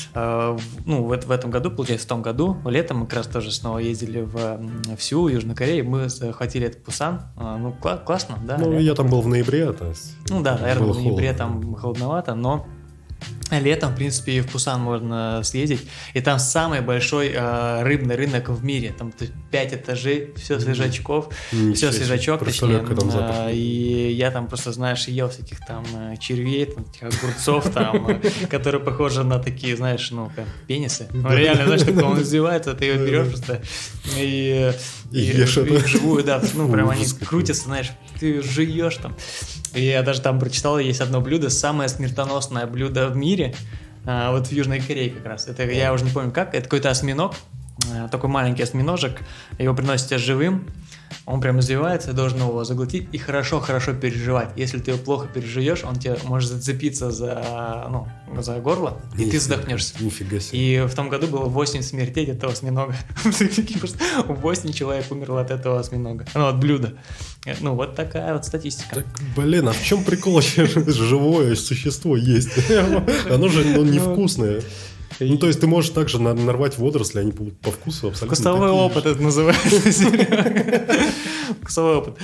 в этом году, получается, в том году, летом мы как раз тоже снова ездили в Сеул, Южную Корею. Мы захватили этот Пусан. Классно, да.
Я там был в ноябре, то есть.
Наверное, в ноябре там холодновато, но летом, в принципе, и в Пусан можно съездить. И там самый большой рыбный рынок в мире. Там 5 этажей, все свежачков, все свежачок, точнее. И я там просто, знаешь, ел всяких там червей, там, огурцов, там, которые похожи на такие, знаешь, как пенисы. Реально, знаешь, такой он извивается, ты его берешь просто и
ешь это.
Вживую, да. Прям они крутятся, знаешь, ты жуешь там. И я даже там прочитал, есть одно блюдо, самое смертоносное блюдо в мире, вот в Южной Корее как раз. Это я уже не помню как, это какой-то осьминог, такой маленький осьминожек, его приносят тебе живым, он прям извивается, ты должен его заглотить и хорошо-хорошо переживать. Если ты его плохо пережуешь, он тебе может зацепиться за горло, и ты задохнешься.
Нифига себе.
И в том году было 8 смертей от этого осьминога. 8 человек умерло от этого осьминога. От блюда. Вот такая вот статистика.
Так, а в чем прикол вообще? Живое существо есть. Оно же невкусное. То есть ты можешь также нарвать водоросли, они по вкусу абсолютно
вкусовой опыт это называется. Вкусовой опыт.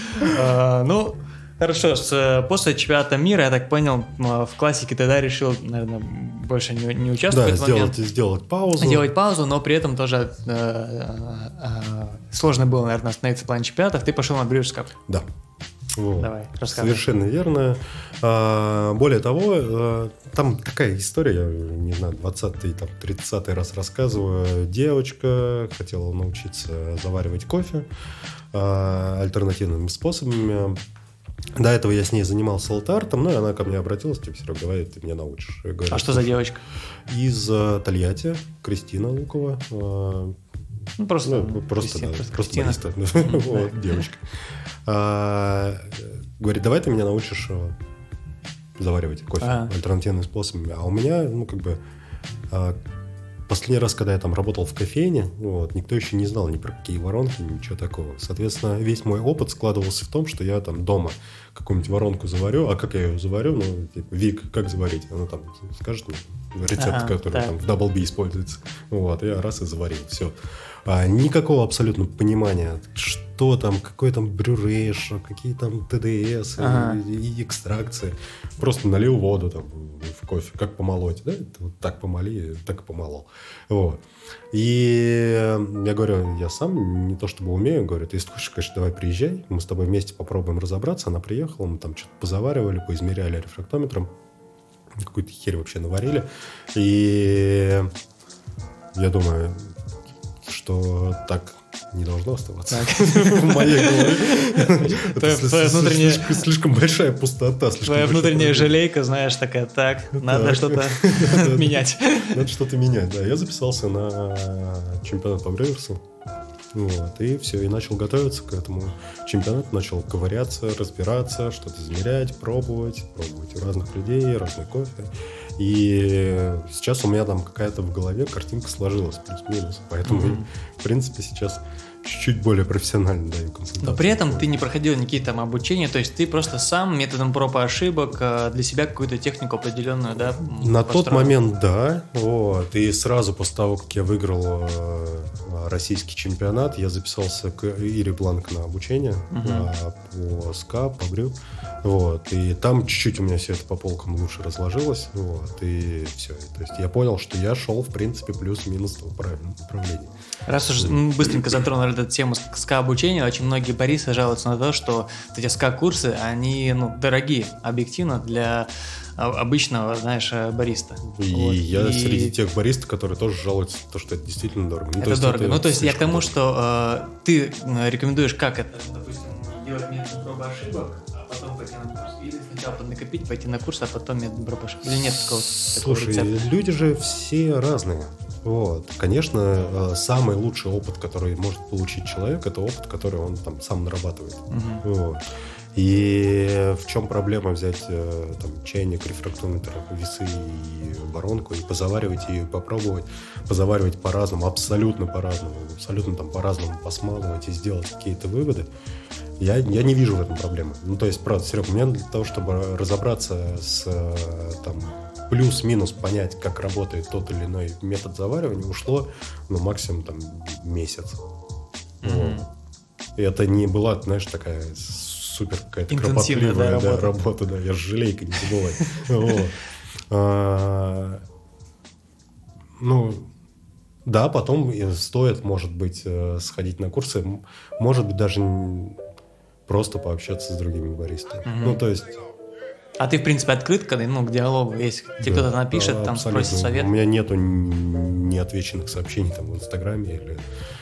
Хорошо, после чемпионата мира, я так понял, в классике тогда решил, наверное, больше не участвовать в этот момент.
Сделать паузу.
Делать паузу, но при этом тоже сложно было, наверное, остановиться в плане чемпионатов. Ты пошел на Brewers Cup.
Да. Вот.
Давай, рассказывай.
Совершенно верно. Более того, там такая история, я не знаю, 20-й, 30-й раз рассказываю. Девочка хотела научиться заваривать кофе альтернативными способами. До этого я с ней занимался латте-артом, и она ко мне обратилась, Серега, давай ты меня научишь. Я говорю,
что за девочка?
Из Тольятти, Кристина Лукова.
Просто
бариста. Вот, девочка. Говорит, давай ты меня научишь заваривать кофе альтернативными способами. А у меня, последний раз, когда я там работал в кофейне, никто еще не знал ни про какие воронки, ничего такого. Соответственно, весь мой опыт складывался в том, что я там дома какую-нибудь воронку заварю. А как я ее заварю? Вик, как заварить? Она там скажет рецепт, который там в Double B используется. Я раз и заварил. Все. Никакого абсолютно понимания, что там, какой там брюрейш, какие там ТДС и экстракции. Просто налил воду там в кофе, как помолоть. Да? Вот так помоли, так и помолол. И я говорю, я сам не то чтобы умею, говорю, если ты хочешь, конечно, давай приезжай, мы с тобой вместе попробуем разобраться. Она приехала, мы там что-то позаваривали, поизмеряли рефрактометром, какую-то херь вообще наварили. И я думаю, что так не должно оставаться в моей голове. Это слишком большая пустота.
Твоя внутренняя жалейка, знаешь, такая, надо что-то менять.
Надо что-то менять, да. Я записался на чемпионат по брюерсу. И все, и начал готовиться к этому чемпионату, начал ковыряться, разбираться, что-то измерять, пробовать у разных людей, разный кофе. И сейчас у меня там какая-то в голове картинка сложилась, плюс-минус. Поэтому, в принципе, сейчас чуть-чуть более профессионально даю консультацию.
Но при этом ты не проходил никакие там обучения, то есть ты просто сам методом проб и ошибок для себя какую-то технику определенную, да?
На тот момент, да. И сразу после того, как я выиграл российский чемпионат, я записался к Ире Бланк на обучение по СКА, по брю. И там чуть-чуть у меня все это по полкам лучше разложилось. И все. То есть я понял, что я шел, в принципе, плюс-минус в правильном направлении.
Раз уж быстренько затронули эту тему СКА-обучения, очень многие баристы жалуются на то, что эти СКА-курсы, они дорогие, объективно, для обычного, знаешь, бариста.
И среди тех баристов, которые тоже жалуются на то, что это действительно дорого.
Это дорого. То есть я к тому, что ты рекомендуешь, как это, допустим, делать метод проб и ошибок, а потом пойти на курс. Или сначала поднакопить, пойти на курс, а потом метод проб и ошибок. Или нет такого рецепта?
Люди же все разные. Конечно, самый лучший опыт, который может получить человек, это опыт, который он там сам нарабатывает. И в чем проблема взять чайник, рефрактометр, весы и воронку и позаваривать и попробовать позаваривать по-разному, абсолютно по-разному, абсолютно по-разному посмалывать и сделать какие-то выводы. Я не вижу в этом проблемы. То есть, правда, Серег, у меня для того, чтобы разобраться с плюс-минус понять, как работает тот или иной метод заваривания, ушло максимум месяц. И это не была, знаешь, такая супер какая-то кропотливая работа. Да, я жалейка, не забывай. Да, потом стоит, может быть, сходить на курсы, может быть, даже просто пообщаться с другими баристами. То есть...
А ты, в принципе, открыт к диалогу? Если тебе кто-то напишет, спросит совет?
У меня нету неотвеченных сообщений в Инстаграме или...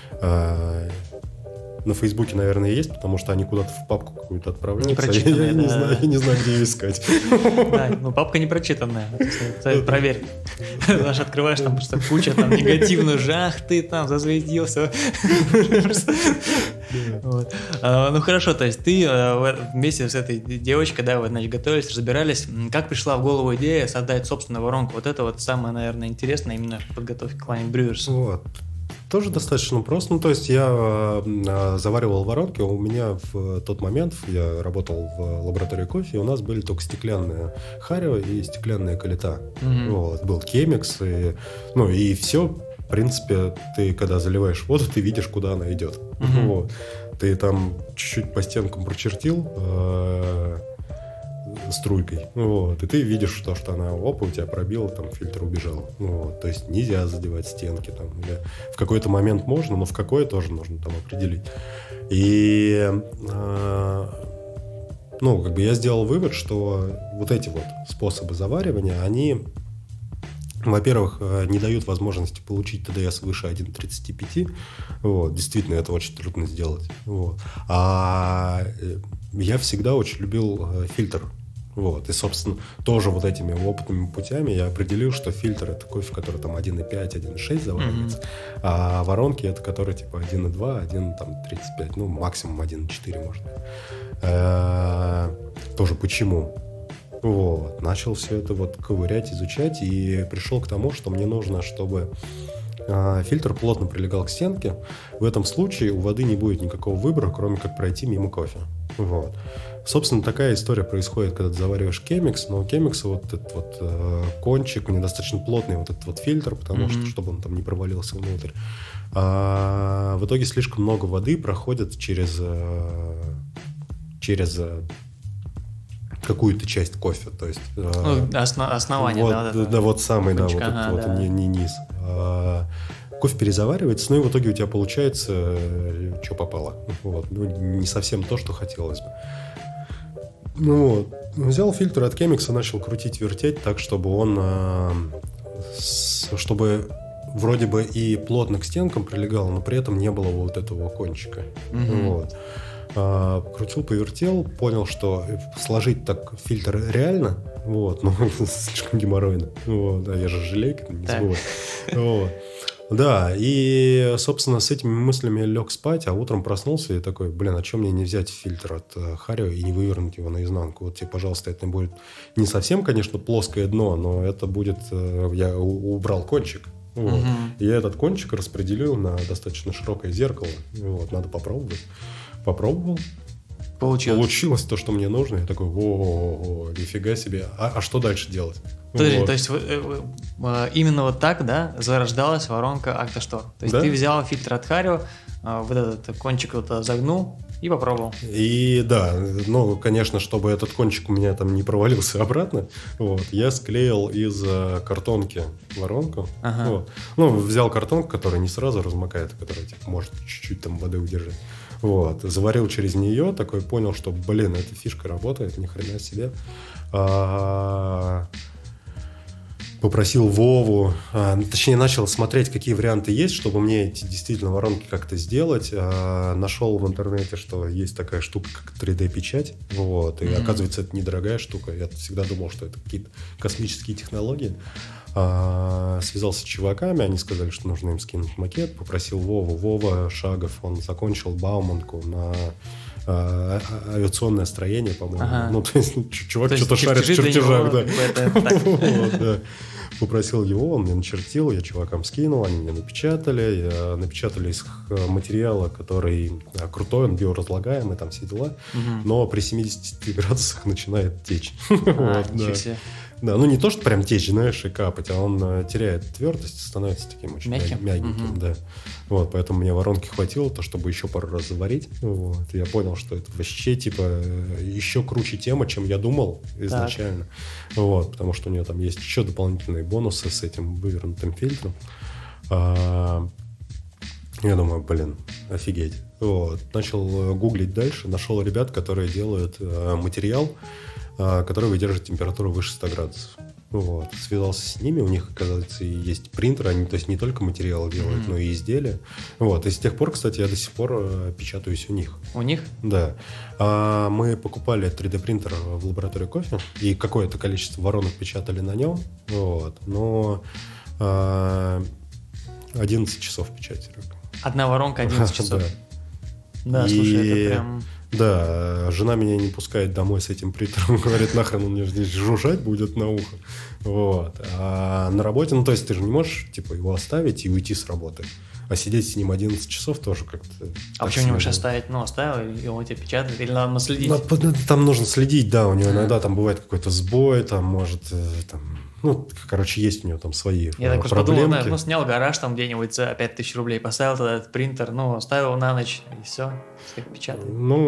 На Фейсбуке, наверное, есть, потому что они куда-то в папку какую-то отправляются.
Непрочитанная,
я не знаю, где ее искать.
Да, папка непрочитанная. Проверь. Даже открываешь, там просто куча негативных, ах ты там засветился. Хорошо, то есть ты вместе с этой девочкой, да, вы, готовились, разбирались. Как пришла в голову идея создать собственную воронку? Вот это самое, наверное, интересное именно в подготовке к Climbing Brewers.
Тоже достаточно просто. То есть я заваривал воронки. У меня в тот момент я работал в лаборатории кофе, и у нас были только стеклянные харио и стеклянные калита. Был кемикс, и все. В принципе, ты когда заливаешь воду, ты видишь, куда она идет. Ты там чуть-чуть по стенкам прочертил струйкой, и ты видишь, что она, у тебя пробила, фильтр убежал. То есть нельзя задевать стенки. Или в какой-то момент можно, но в какой тоже нужно определить. И ну, как бы я сделал вывод, что вот эти вот способы заваривания, они, во-первых, не дают возможности получить ТДС выше 1,35. Вот, действительно, это очень трудно сделать. Вот. А я всегда очень любил фильтр. Вот. И, собственно, тоже вот этими опытными путями я определил, что фильтр — это кофе, который там 1,5, 1,6 заваривается, а воронки — это который типа 1,2, 1,35, ну, максимум 1,4 может быть. Тоже почему? Вот. Начал все это вот ковырять, изучать и пришел к тому, что мне нужно, чтобы фильтр плотно прилегал к стенке. В этом случае у воды не будет никакого выбора, кроме как пройти мимо кофе. Вот. Собственно, такая история происходит, когда ты завариваешь кемикс, но у кемикса вот этот вот кончик, у него достаточно плотный вот этот вот фильтр, потому что, чтобы он там не провалился внутрь. А в итоге слишком много воды проходит через какую-то часть кофе, то есть...
основание,
вот, да, вот самый, кончик, да, вот этот не низ. Кофе перезаваривается, ну и в итоге у тебя получается, что попало. Вот. Ну, не совсем то, что хотелось бы. Ну вот. Взял фильтр от Chemex, начал крутить, вертеть так, чтобы он... чтобы вроде бы и плотно к стенкам прилегал, но при этом не было вот этого кончика. Вот. Крутил, повертел, понял, что сложить так фильтр реально, вот, но слишком геморройно. Вот, да, я же желейка, не забывай. Вот. Да, и, собственно, с этими мыслями лег спать, а утром проснулся и такой, а что мне не взять фильтр от Харио и не вывернуть его наизнанку? Вот тебе, пожалуйста, это будет не совсем, конечно, плоское дно, но это будет... Я убрал кончик. Вот. И я этот кончик распределил на достаточно широкое зеркало. Вот, надо попробовать. Попробовал. Получилось то, что мне нужно. Я такой, нифига себе. А что дальше делать?
Подожди, то есть именно вот так, да, зарождалась воронка Octastore. То есть ты взял фильтр от Харио, вот этот кончик вот загнул и попробовал.
И да, ну, конечно, чтобы этот кончик у меня там не провалился обратно, вот, я склеил из картонки воронку. Вот. Ну, взял картонку, которая не сразу размокает, которая типа, может чуть-чуть там воды удержать. Вот, заварил через нее, такой понял, что, эта фишка работает, ни хрена себе. Попросил Вову, точнее, начал смотреть, какие варианты есть, чтобы мне эти действительно воронки как-то сделать. Нашел в интернете, что есть такая штука, как 3D-печать. Вот, и оказывается, это недорогая штука. Я всегда думал, что это какие-то космические технологии. Связался с чуваками, они сказали, что нужно им скинуть макет. Попросил Вову. Вова Шагов, он закончил Бауманку на авиационное строение, по-моему. Ну, то есть, чувак что-то шарит в чертежах, да. Попросил его, он мне начертил, я чувакам скинул, они мне напечатали. Напечатали из материала, который крутой, он биоразлагаемый, там все дела. Но при 70 градусах начинает течь.
Ничего себе.
Да, ну не то, что прям течь, знаешь, и капать, а он теряет твердость, становится таким очень мягеньким, да. Вот, поэтому мне воронки хватило, чтобы еще пару раз заварить. Вот, и я понял, что это вообще, еще круче тема, чем я думал изначально. Вот, потому что у нее там есть еще дополнительные бонусы с этим вывернутым фильтром. Я думаю, офигеть. Вот, начал гуглить дальше, нашел ребят, которые делают материал, который выдерживает температуру выше 100 градусов. Вот. Связался с ними, у них, оказывается, и есть принтер, они, то есть не только материалы делают, но и изделия. Вот. И с тех пор, кстати, я до сих пор печатаюсь у них.
У них?
Да. Мы покупали 3D-принтер в лаборатории кофе, и какое-то количество воронок печатали на нем. Вот. Но 11 часов печати.
Одна воронка 11 часов? Да, слушай, это прям...
Да, жена меня не пускает домой с этим принтером, говорит, нахрен он мне здесь жужжать будет на ухо. Вот. А на работе, то есть ты же не можешь, его оставить и уйти с работы. А сидеть с ним 11 часов тоже как-то...
А почему не можешь оставить? Оставил, и он тебя печатает, или надо следить?
Там нужно следить, да, у него иногда там бывает какой-то сбой, там может... есть у него там свои проблемки.
Я так просто подумал, снял гараж там где-нибудь за 5000 рублей, поставил тогда этот принтер, оставил на ночь, и все, как печатает.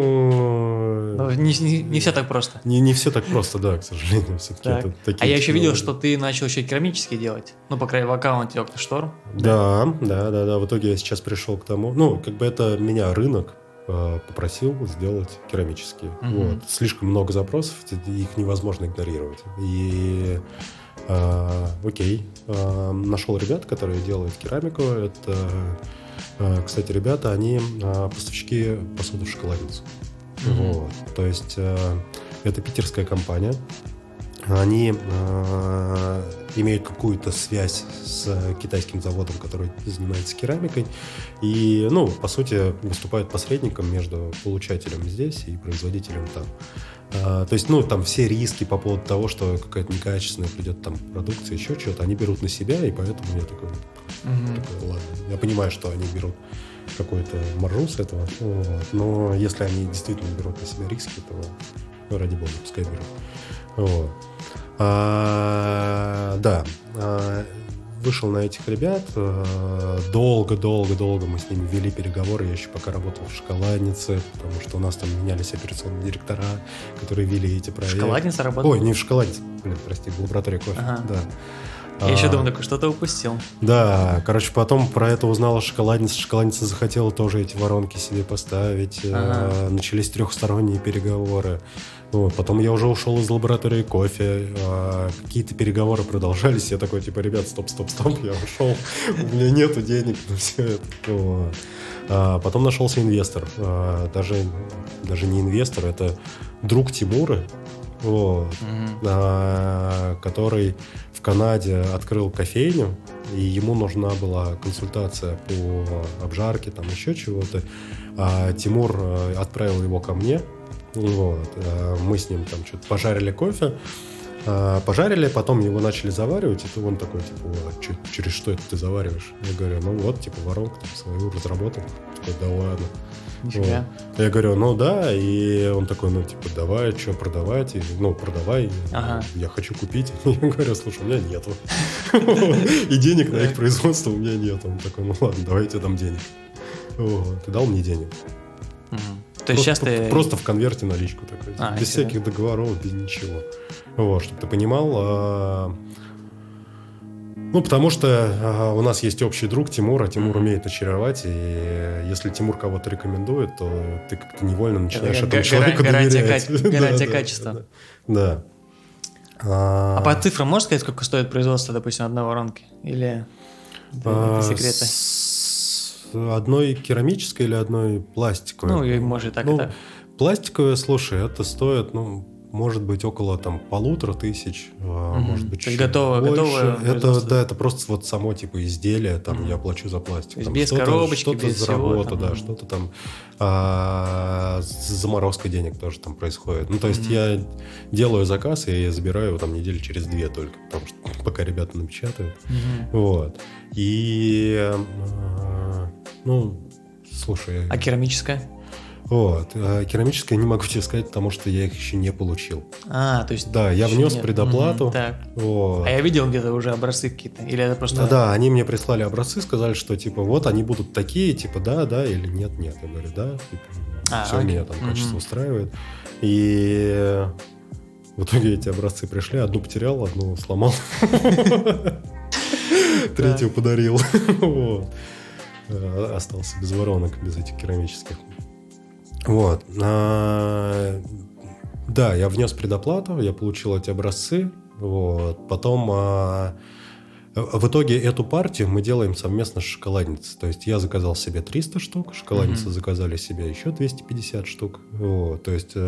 Не все так просто. Не
все так просто, да, к сожалению.
А я еще видел, что ты начал еще керамические делать, по крайней мере, в аккаунте Octastore.
Да, в итоге я сейчас пришел к тому, это меня рынок попросил сделать керамические. Вот. Слишком много запросов, их невозможно игнорировать. И окей, нашел ребят, которые делают керамику. Это, кстати, ребята, они поставщики посуды в шоколадницу. Вот. То есть это питерская компания. Они имеют какую-то связь с китайским заводом, который занимается керамикой. И, по сути, выступают посредником между получателем здесь и производителем там. То есть, там все риски по поводу того, что какая-то некачественная придет там продукция, еще что-то, они берут на себя, и поэтому я такой, ладно. Я понимаю, что они берут какой-то маржу с этого, вот. Но если они действительно берут на себя риски, то ради бога, пускай берут. Вот. Да, вышел на этих ребят, долго мы с ними вели переговоры, я еще пока работал в шоколаднице, потому что у нас там менялись операционные директора, которые вели эти проекты.
Шоколадница работала?
Ой, не в шоколаднице, прости, в лаборатории кофе, да.
Я еще думаю, такой, что-то упустил.
Да, короче, потом про это узнала шоколадница. Шоколадница захотела тоже эти воронки себе поставить. Начались трехсторонние переговоры. Вот. Потом я уже ушел из лаборатории кофе. Какие-то переговоры продолжались. Я такой, ребят, стоп, я ушел. У меня нету денег на все это. Вот. Потом нашелся инвестор. Даже не инвестор, это друг Тимура. Вот, который в Канаде открыл кофейню, и ему нужна была консультация по обжарке, там еще чего-то. Тимур отправил его ко мне. Вот, мы с ним там что-то пожарили кофе. Потом его начали заваривать, и он такой, через что это ты завариваешь? Я говорю, воронку там свою разработал. Такой, да ладно.
Нифига.
Вот. Я говорю, да, и он такой, давай, что продавать? Продавай, я хочу купить. Я говорю, слушай, у меня нету. И денег на их производство у меня нет. Он такой, ладно, давай я тебе дам денег. Ты дал мне денег.
То есть сейчас ты...
Просто в конверте наличку такой. Без всяких договоров, без ничего. Вот, чтобы ты понимал... потому что у нас есть общий друг Тимур, Тимур умеет очаровать, и если Тимур кого-то рекомендует, то ты как-то невольно начинаешь этому человеку доверять.
Гарантия качества.
Да.
А по цифрам можешь сказать, сколько стоит производство, допустим, одной воронки? Или это секреты?
Одной керамической или одной пластиковой?
Может, так и так.
Пластиковая, слушай, это стоит, может быть, около 1500, может быть, чуть больше. Это просто само изделие, там я плачу за пластик. Там
без коробочки,
что-то
без
за
всего.
работу, да, что-то там заморозка денег тоже там происходит. То есть я делаю заказ, и я забираю его там недели через 2 только, потому что пока ребята напечатают. Вот. И слушай...
А керамическая?
Вот. Керамическое не могу тебе сказать, потому что я их еще не получил.
То есть...
Да, я внес предоплату.
Так.
Вот.
А я видел где-то уже образцы какие-то? Или это просто...
Да, они мне прислали образцы, сказали, что они будут такие, да, или нет. Я говорю, да. Все, меня там качество устраивает. И в итоге эти образцы пришли, одну потерял, одну сломал. Третью подарил. Остался без воронок, без этих керамических. Вот. Да, я внес предоплату, я получил эти образцы. Вот. Потом в итоге эту партию мы делаем совместно с шоколадницей. То есть я заказал себе 300 штук, шоколадницы заказали себе еще 250 штук. Вот. То есть...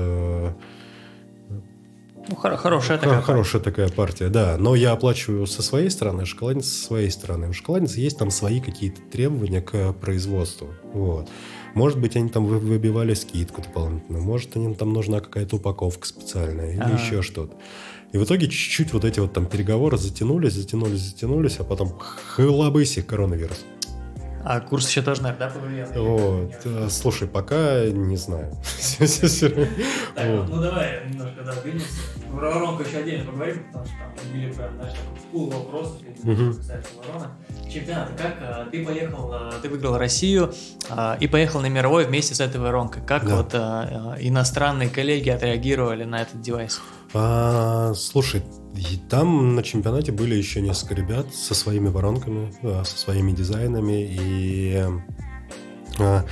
Хорошая такая партия, да. Но я оплачиваю со своей стороны, шоколадница со своей стороны. У шоколадницы есть там свои какие-то требования к производству. Вот. Может быть, они там выбивали скидку дополнительно. Может, им там нужна какая-то упаковка специальная или еще что-то. И в итоге чуть-чуть вот эти вот там переговоры затянулись, а потом хлобысь, коронавирус.
А курс еще тоже, наверное, повлиял?
Вот. Слушай, пока не знаю.
Так, давай немножко двинемся. Про воронку еще отдельно поговорим, потому что там были прям, пул вопросов, кстати, ворона. Чемпионат. Как ты выиграл Россию и поехал на мировой вместе с этой воронкой. Как иностранные коллеги отреагировали на этот девайс?
Слушай, там на чемпионате были еще несколько ребят со своими воронками, со своими дизайнами, и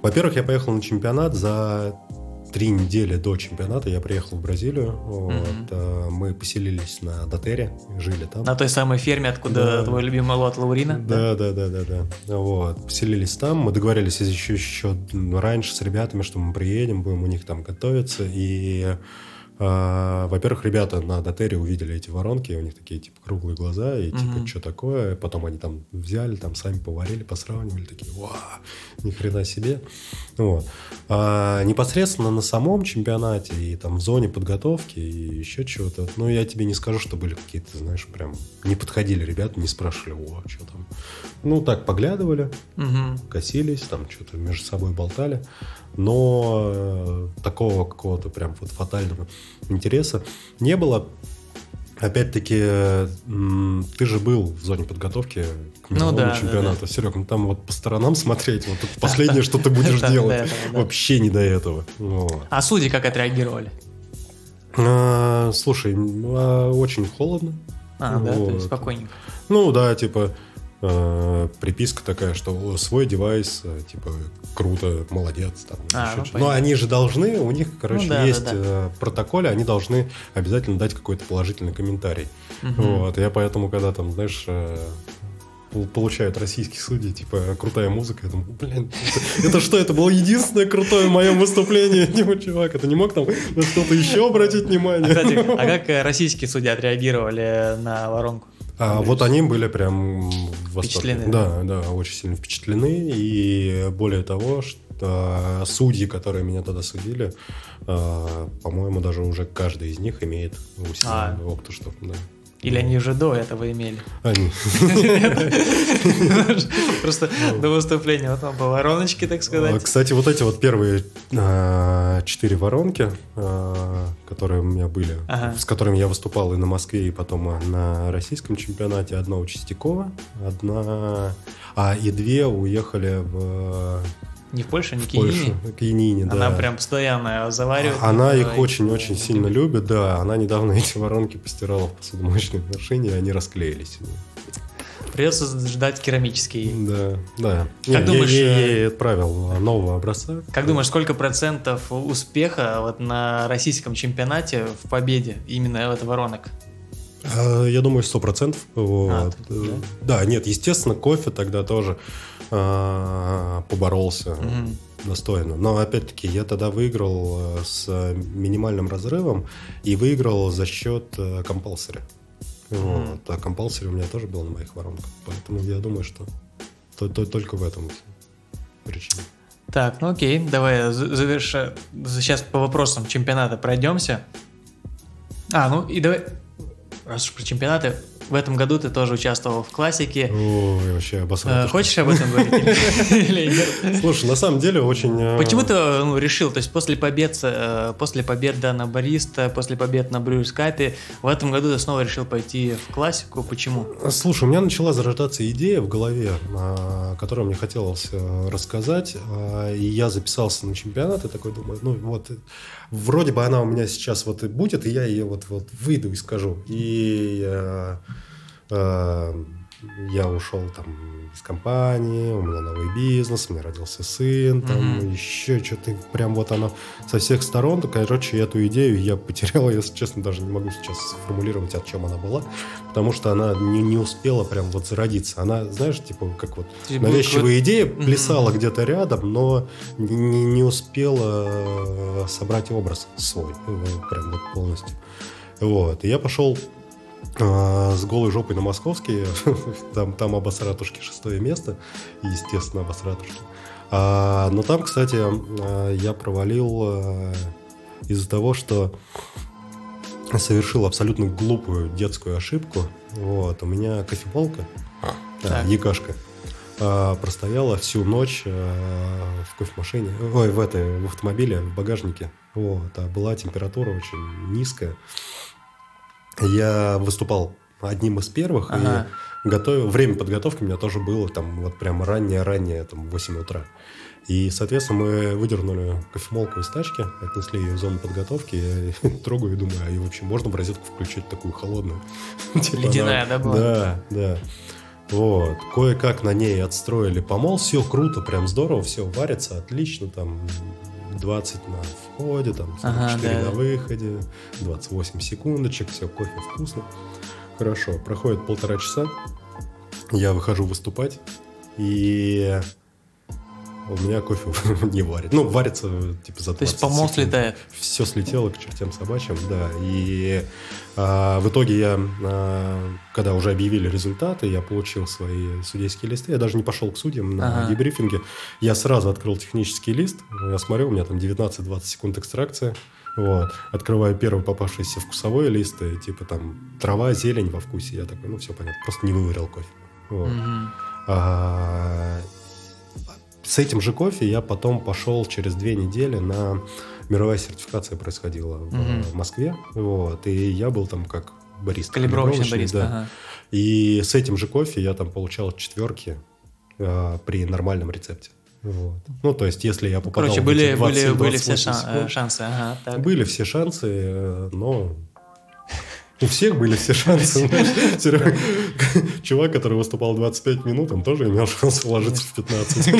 Во-первых, я поехал на чемпионат за 3 недели до чемпионата. Я приехал в Бразилию. Вот, мы поселились на Дотере, жили там.
На той самой ферме, откуда твой любимый лот Лаурина?
Да. Вот, поселились там. Мы договорились еще раньше с ребятами, что мы приедем, будем у них там готовиться. И, во-первых, ребята на Дотере увидели эти воронки, у них такие типа круглые глаза, и типа, что такое? Потом они там взяли, там сами поварили, посравнивали, такие, вау, ни хрена себе. Вот. А непосредственно на самом чемпионате и там в зоне подготовки и еще чего-то, ну, я тебе не скажу, что были какие-то, знаешь, прям не подходили ребята, не спрашивали, о, что там. Ну, так поглядывали, косились, там что-то между собой болтали, но такого какого-то прям вот фатального интереса не было. Опять-таки, ты же был в зоне подготовки к мировому чемпионату. Серег, ну там вот по сторонам смотреть, вот это последнее, что ты будешь делать. Вообще не до этого.
А судьи как отреагировали?
Слушай, очень холодно.
То есть спокойненько.
Ну да, типа приписка такая, что свой девайс, типа круто, молодец. Но они же должны, у них, короче, есть протоколе, они должны обязательно дать какой-то положительный комментарий. Вот, я поэтому, когда там, знаешь, получают российские судьи, типа, крутая музыка, я думаю, блин, это что, это было единственное крутое мое выступление? Чувак, это не мог там на что-то еще обратить внимание?
Кстати, а как российские судьи отреагировали на воронку?
Вот они были прям в восторге.
Впечатлены.
Да, очень сильно впечатлены. И более того, что судьи, которые меня тогда судили, по-моему, даже уже каждый из них имеет у себя опыт, что да.
Или они уже до этого имели?
Они.
Просто до выступления вот там по вороночке, так сказать.
Кстати, вот эти вот первые 4 воронки, которые у меня были, с которыми я выступал и на Москве, и потом на российском чемпионате. Одна у Чистякова, и 2 уехали в...
Не в Польшу, не в
Польшу, к Янине, да.
Она прям постоянно заваривает.
Она их очень-очень сильно любит, да. Она недавно эти воронки постирала в посудомоечной машине, и они расклеились.
Придется ждать керамические.
Да.
Как думаешь,
я ей отправил нового образца.
Как думаешь, сколько процентов успеха вот на российском чемпионате в победе именно от воронок?
Я думаю, 100%. Вот. Да, нет, естественно, кофе тогда тоже поборолся достойно. Но, опять-таки, я тогда выиграл с минимальным разрывом и выиграл за счет компалсери. Вот. А компалсери у меня тоже был на моих воронках. Поэтому я думаю, что только в этом причина.
Так, ну окей, давай завершим. Сейчас по вопросам чемпионата пройдемся. Ну и давай... Раз уж про чемпионаты, в этом году ты тоже участвовал в классике.
Ой, вообще обосрал.
Хочешь об этом говорить или нет?
Слушай, на самом деле очень...
Почему ты решил, то есть после побед на Бариста, после побед на Брюс Капе, в этом году ты снова решил пойти в классику? Почему?
Слушай, у меня начала зарождаться идея в голове, которую мне хотелось рассказать, и я записался на чемпионат, и такой думаю, ну вот, вроде бы она у меня сейчас вот и будет, и я ее вот выйду и скажу. И я ушел там из компании, у меня новый бизнес, у меня родился сын, там еще что-то, прям вот оно со всех сторон. Короче, эту идею я потерял, если честно, даже не могу сейчас сформулировать, о чем она была, потому что она не успела прям вот зародиться. Она, знаешь, типа, как вот навязчивая идея плясала где-то рядом, но не успела собрать образ свой, прям вот полностью. Вот, и я пошел с голой жопой на Московский, там обосратушки 6-е место, естественно, обосратушки. Но там, кстати, я провалил из-за того, что совершил абсолютно глупую детскую ошибку. Вот, у меня кофемолка, якашка, простояла всю ночь в кофемашине, в автомобиле, в багажнике. Вот, а была температура очень низкая. Я выступал одним из первых, и время подготовки у меня тоже было там вот прям раннее, там 8 утра. И, соответственно, мы выдернули кофемолку из тачки, отнесли ее в зону подготовки, я трогаю и думаю, и вообще можно в розетку включить такую холодную?
Ледяная, да, была?
Да. Вот. Кое-как на ней отстроили помол. Все круто, прям здорово, все варится отлично. Там 20 на входе, там 44 на выходе, 28 секундочек, все, кофе вкусно. Хорошо, проходит 1,5 часа. Я выхожу выступать, и у меня кофе не варит. Ну, варится типа за 20 секунд.
То есть помол слетает?
Все слетело к чертям собачьим, да. И в итоге я, когда уже объявили результаты, я получил свои судейские листы. Я даже не пошел к судьям на дебрифинге. Я сразу открыл технический лист. Я смотрю, у меня там 19-20 секунд экстракции. Вот. Открываю первый попавшийся вкусовой лист, и типа там трава, зелень во вкусе. Я такой, ну все понятно, просто не выварил кофе. Вот. С этим же кофе я потом пошел через 2 недели на... Мировая сертификация происходила в Москве. Вот. И я был там как бариста.
Калибровочный бариста.
Да. И с этим же кофе я там получал 4 при нормальном рецепте. Вот. Ну, то есть, если я попадал...
Короче, были все шансы. Так.
Были все шансы, но... У всех были все шансы. Чувак, который выступал 25 минут, он тоже имел шанс вложиться в 15.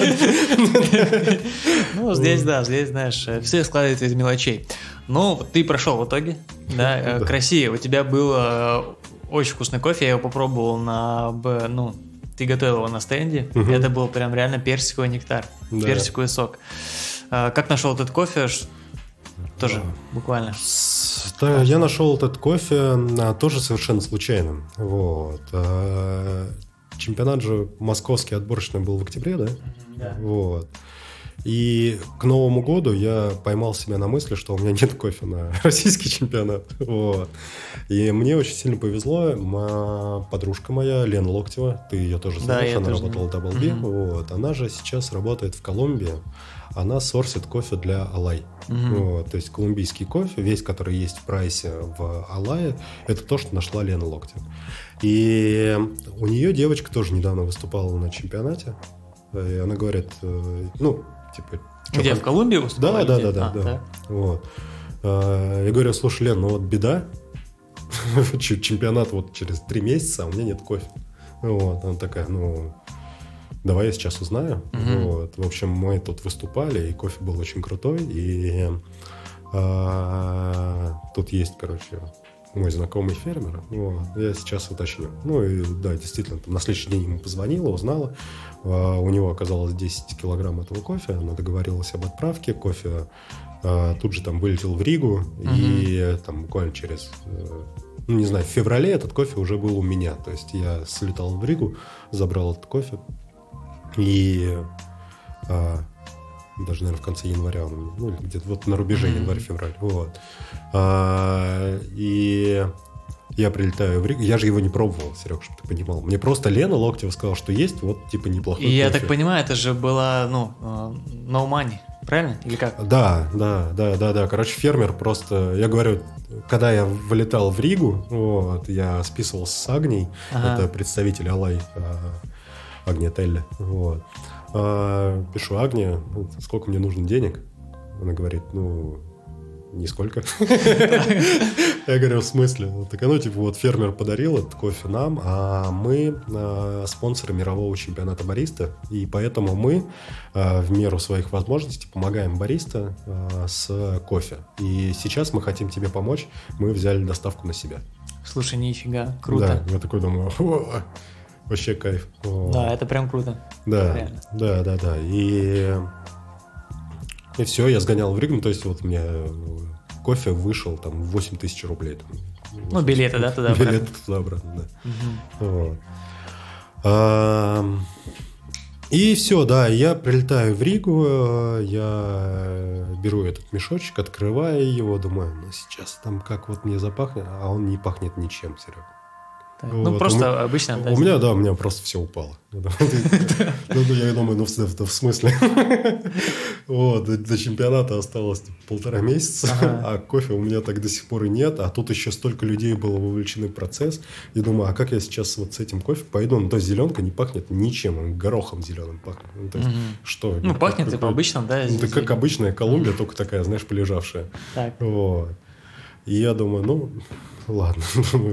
Ну, здесь, знаешь, все складывается из мелочей. Но ты прошел в итоге, да, к России. У тебя был очень вкусный кофе, я его попробовал ты готовил его на стенде. Это был прям реально персиковый нектар, персиковый сок. Как нашел этот кофе? Тоже буквально.
Да, я нашел этот кофе тоже совершенно случайно. Вот. Чемпионат же московский отборочный был в октябре, да?
Да.
Вот. И к Новому году я поймал себя на мысли, что у меня нет кофе на российский чемпионат. Вот. И мне очень сильно повезло. Подружка моя, Лена Локтева, ты ее тоже знаешь, она работала в Double B. Вот. Она же сейчас работает в Колумбии. Она сорсит кофе для Алай. Вот. То есть колумбийский кофе, весь, который есть в прайсе в Алае, это то, что нашла Лена Локтева. И у нее девочка тоже недавно выступала на чемпионате. И она говорит,
где, в Колумбии выступала?
Да. Вот. Я говорю, слушай, Лен, ну вот беда, чемпионат вот через 3 месяца, а у меня нет кофе. Вот. Она такая, давай я сейчас узнаю. Вот. В общем, мы тут выступали, и кофе был очень крутой, и тут есть, мой знакомый фермер. Вот. Я сейчас уточню. Ну и да, действительно, на следующий день ему позвонила, узнала. У него оказалось 10 килограмм этого кофе. Она договорилась об отправке. Кофе тут же там вылетел в Ригу. И там буквально через, в феврале этот кофе уже был у меня. То есть я слетал в Ригу, забрал этот кофе. И даже, наверное, в конце января, где-то вот на рубеже январь-февраль. Вот. И я прилетаю в Ригу. Я же его не пробовал, Серег, чтобы ты понимал. Мне просто Лена Локтева сказала, что есть вот типа неплохой кофе.
И я так понимаю, это же было, no money, правильно? Или как?
Да. Короче, фермер просто... Я говорю, когда я вылетал в Ригу, вот, я списывался с Агнией. Это представитель Алай, Агния Телли. Вот. Пишу Агния, сколько мне нужно денег? Она говорит, нисколько. Я говорю, в смысле? Так вот фермер подарил этот кофе нам, а мы спонсоры мирового чемпионата бариста, и поэтому мы в меру своих возможностей помогаем бариста с кофе. И сейчас мы хотим тебе помочь, мы взяли доставку на себя.
Слушай, нифига, круто.
Да, я такой думаю, вообще кайф.
Да, это прям круто.
Да. И все, я сгонял в Ригу, то есть вот у меня кофе вышел там 8 тысяч рублей.
Билеты, да, туда-обратно?
Билеты туда-обратно, да. Вот. И все, да, я прилетаю в Ригу, я беру этот мешочек, открываю его, думаю, сейчас там как вот мне запахнет, а он не пахнет ничем, Серега.
Вот. Просто обычно...
У меня просто все упало. Я думаю, в смысле? Вот, до чемпионата осталось 1,5 месяца, а кофе у меня так до сих пор и нет, а тут еще столько людей было вовлечены в процесс. И думаю, а как я сейчас вот с этим кофе пойду? То есть зеленка не пахнет ничем, он горохом зеленым пахнет. То есть, что?
Пахнет типа обычно, да?
Это как обычная Колумбия, только такая, знаешь, полежавшая. Вот. И я думаю, ладно,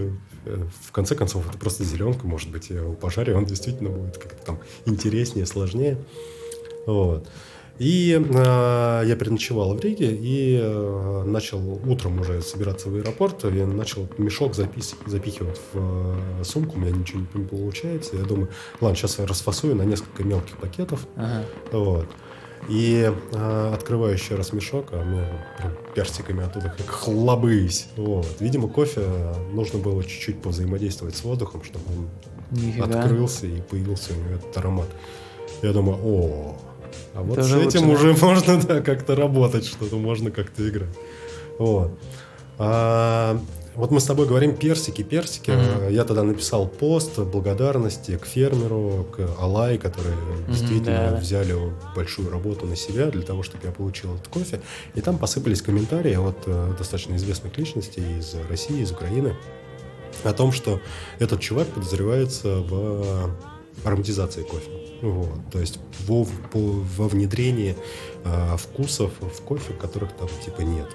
в конце концов, это просто зеленка, может быть, я его пожарю, он действительно будет как-то там интереснее, сложнее. Вот. И я переночевал в Риге и начал утром уже собираться в аэропорт. Я начал мешок запихивать в сумку, у меня ничего не получается. Я думаю, ладно, сейчас я расфасую на несколько мелких пакетов. Ага. Вот. И открываю еще раз мешок, а у меня прям персиками оттуда как хлобысь. Вот. Видимо, кофе нужно было чуть-чуть повзаимодействовать с воздухом, чтобы он открылся и появился у него этот аромат. Я думаю, а вот это с этим лучше, уже можно как-то работать, что-то можно как-то играть. Вот. Вот мы с тобой говорим персики. Я тогда написал пост благодарности к фермеру, к Алай, которые действительно взяли большую работу на себя для того, чтобы я получил этот кофе. И там посыпались комментарии от достаточно известных личностей из России, из Украины о том, что этот чувак подозревается в ароматизации кофе. Вот. То есть во внедрении вкусов в кофе, которых там типа нет.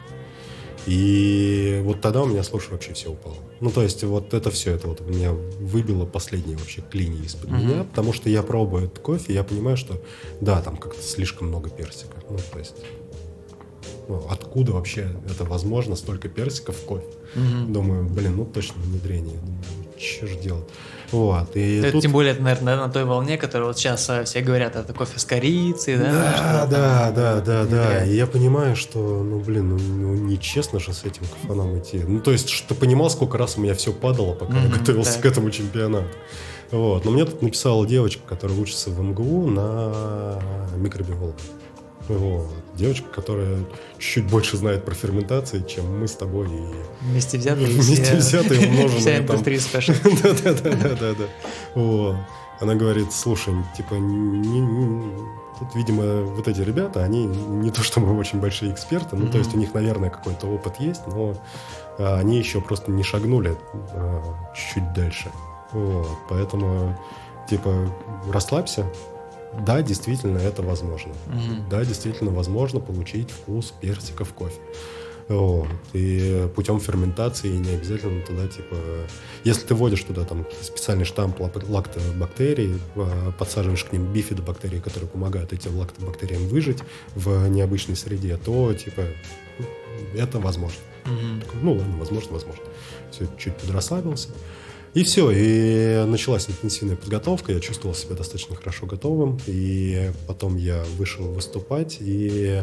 И вот тогда у меня, слушай, вообще все упало. Ну, то есть вот это все, это вот меня выбило последние вообще клинья из-под меня, потому что я пробую этот кофе, и я понимаю, что да, там как-то слишком много персика. Ну, то есть откуда вообще это возможно, столько персиков в кофе? Думаю, блин, точно внедрение. Думаю, что же делать? Вот, и
это
тут...
Тем более, это, наверное, на той волне, которая вот сейчас все говорят, это кофе с корицей, да?
Да. И я понимаю, что, нечестно же с этим кафаном идти. Ну, то есть, что ты понимал, сколько раз у меня все падало, пока я готовился к этому чемпионату. Вот. Но мне тут написала девочка, которая учится в МГУ на микробиолога. Вот. Девочка, которая чуть-чуть больше знает про ферментации, чем мы с тобой. И...
Вместе взятые
умноженные.
Вся индустрия спешл.
Да. Вот. Она говорит, слушай, типа, тут, видимо, вот эти ребята, они не то чтобы очень большие эксперты, то есть у них, наверное, какой-то опыт есть, но они еще просто не шагнули чуть-чуть дальше. Вот. Поэтому, типа, расслабься. Да, действительно, это возможно. Да, действительно возможно получить вкус персика в кофе. Вот. И путем ферментации не обязательно туда, типа... Если ты вводишь туда там специальный штамп лактобактерий, подсаживаешь к ним бифидобактерии, которые помогают этим лактобактериям выжить в необычной среде, то, типа, это возможно. Ладно, возможно. Все, чуть подрасслабился. И все, и началась интенсивная подготовка, я чувствовал себя достаточно хорошо готовым, и потом я вышел выступать, и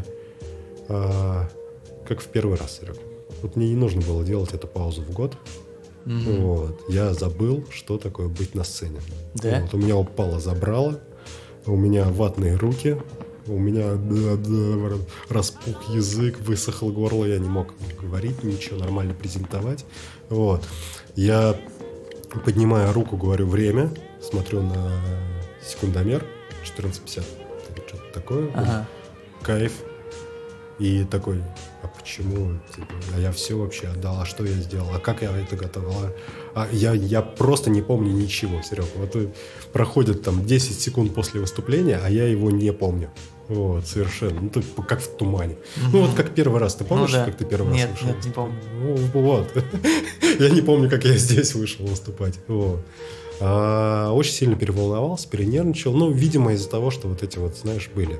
как в первый раз, Серег. Вот мне не нужно было делать эту паузу в год. Вот. Я забыл, что такое быть на сцене.
Да?
Вот. У меня упало забрало, у меня ватные руки, у меня распух язык, высохло горло, я не мог говорить ничего, нормально презентовать. Вот. Я поднимаю руку, говорю время, смотрю на секундомер, 14:50, что-то такое, кайф. И такой, а почему? Типа, а я все вообще отдал, а что я сделал? А как я это готовил? Я просто не помню ничего, Серега. Вот проходит там 10 секунд после выступления, а я его не помню. Вот, совершенно. Как в тумане. Вот как первый раз. Ты помнишь, как ты первый раз вышел?
Нет, не помню.
Вот. Я не помню, как я здесь вышел выступать. Вот. Очень сильно переволновался, перенервничал. Видимо, из-за того, что вот эти вот, знаешь, были.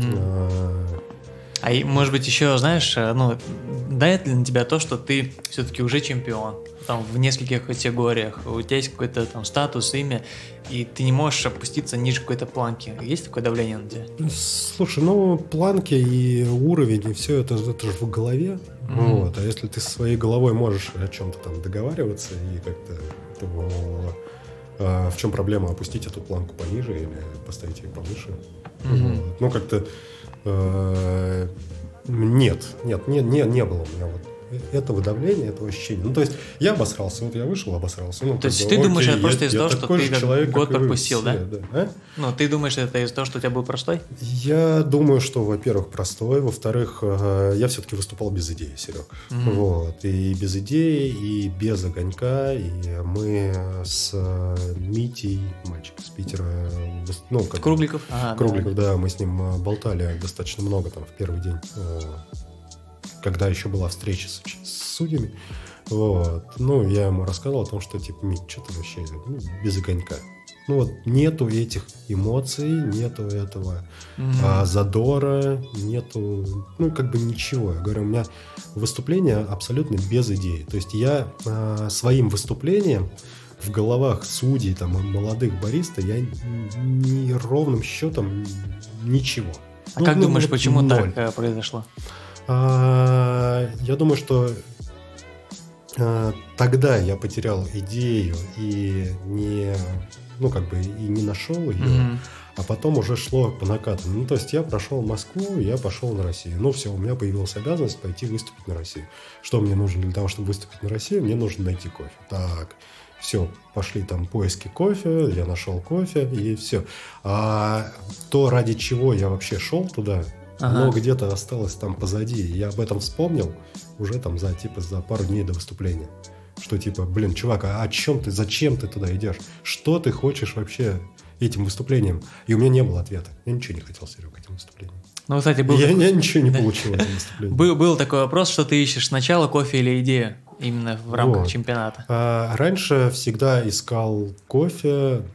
Может быть, еще, знаешь, дает ли на тебя то, что ты все-таки уже чемпион, там, в нескольких категориях, у тебя есть какой-то там статус, имя, и ты не можешь опуститься ниже какой-то планки. Есть такое давление на тебя?
Слушай, планки и уровень, и все это же в голове. Вот. А если ты со своей головой можешь о чем-то там договариваться и как-то, то в чем проблема опустить эту планку пониже или поставить ее повыше? Вот. Как-то нет, не было у меня вот этого давления, этого ощущения. То есть я обосрался, вот я вышел, обосрался.
То есть ты думаешь, это просто из-за того, что ты
человек,
год пропустил, да?
Да?
Ты думаешь, это из-за того, что у тебя был простой?
Я думаю, что, во-первых, простой, во-вторых, я все-таки выступал без идеи, Серег. Вот. И без идеи, и без огонька, и мы с Митей, мальчик из Питера,
Кругликов?
Кругликов, да, мы с ним болтали достаточно много там в первый день, когда еще была встреча с судьями. Вот. Ну, я ему рассказал о том, что, типа, Мить, что ты вообще без огонька. Ну, вот нету этих эмоций, нету этого задора, нету, ну, как бы ничего. Я говорю, у меня выступление абсолютно без идеи. То есть я своим выступлением в головах судей, там, молодых бариста, я ни ровным счетом ничего.
А как думаешь, почему
ноль.
так произошло?
Я думаю, что тогда я потерял идею и не, ну, как бы, и не нашел ее, а потом уже шло по накатанной. Ну, то есть я прошел Москву, я пошел на Россию. Ну, все, у меня появилась обязанность пойти выступить на Россию. Что мне нужно для того, чтобы выступить на Россию? Мне нужно найти кофе. Так, все, пошли там поиски кофе, я нашел кофе, и все. А то, ради чего я вообще шел туда, оно где-то осталось там позади. Я об этом вспомнил уже там за пару дней до выступления. Что типа, блин, чувак, а о чем ты, зачем ты туда идешь? Что ты хочешь вообще этим выступлением? И у меня не было ответа. Я ничего не хотел, Серега, этим выступлением.
Ну, кстати, был
я ничего не получил этим выступлением.
Был такой вопрос, что ты ищешь сначала кофе или идею именно в рамках чемпионата?
Раньше всегда искал кофе,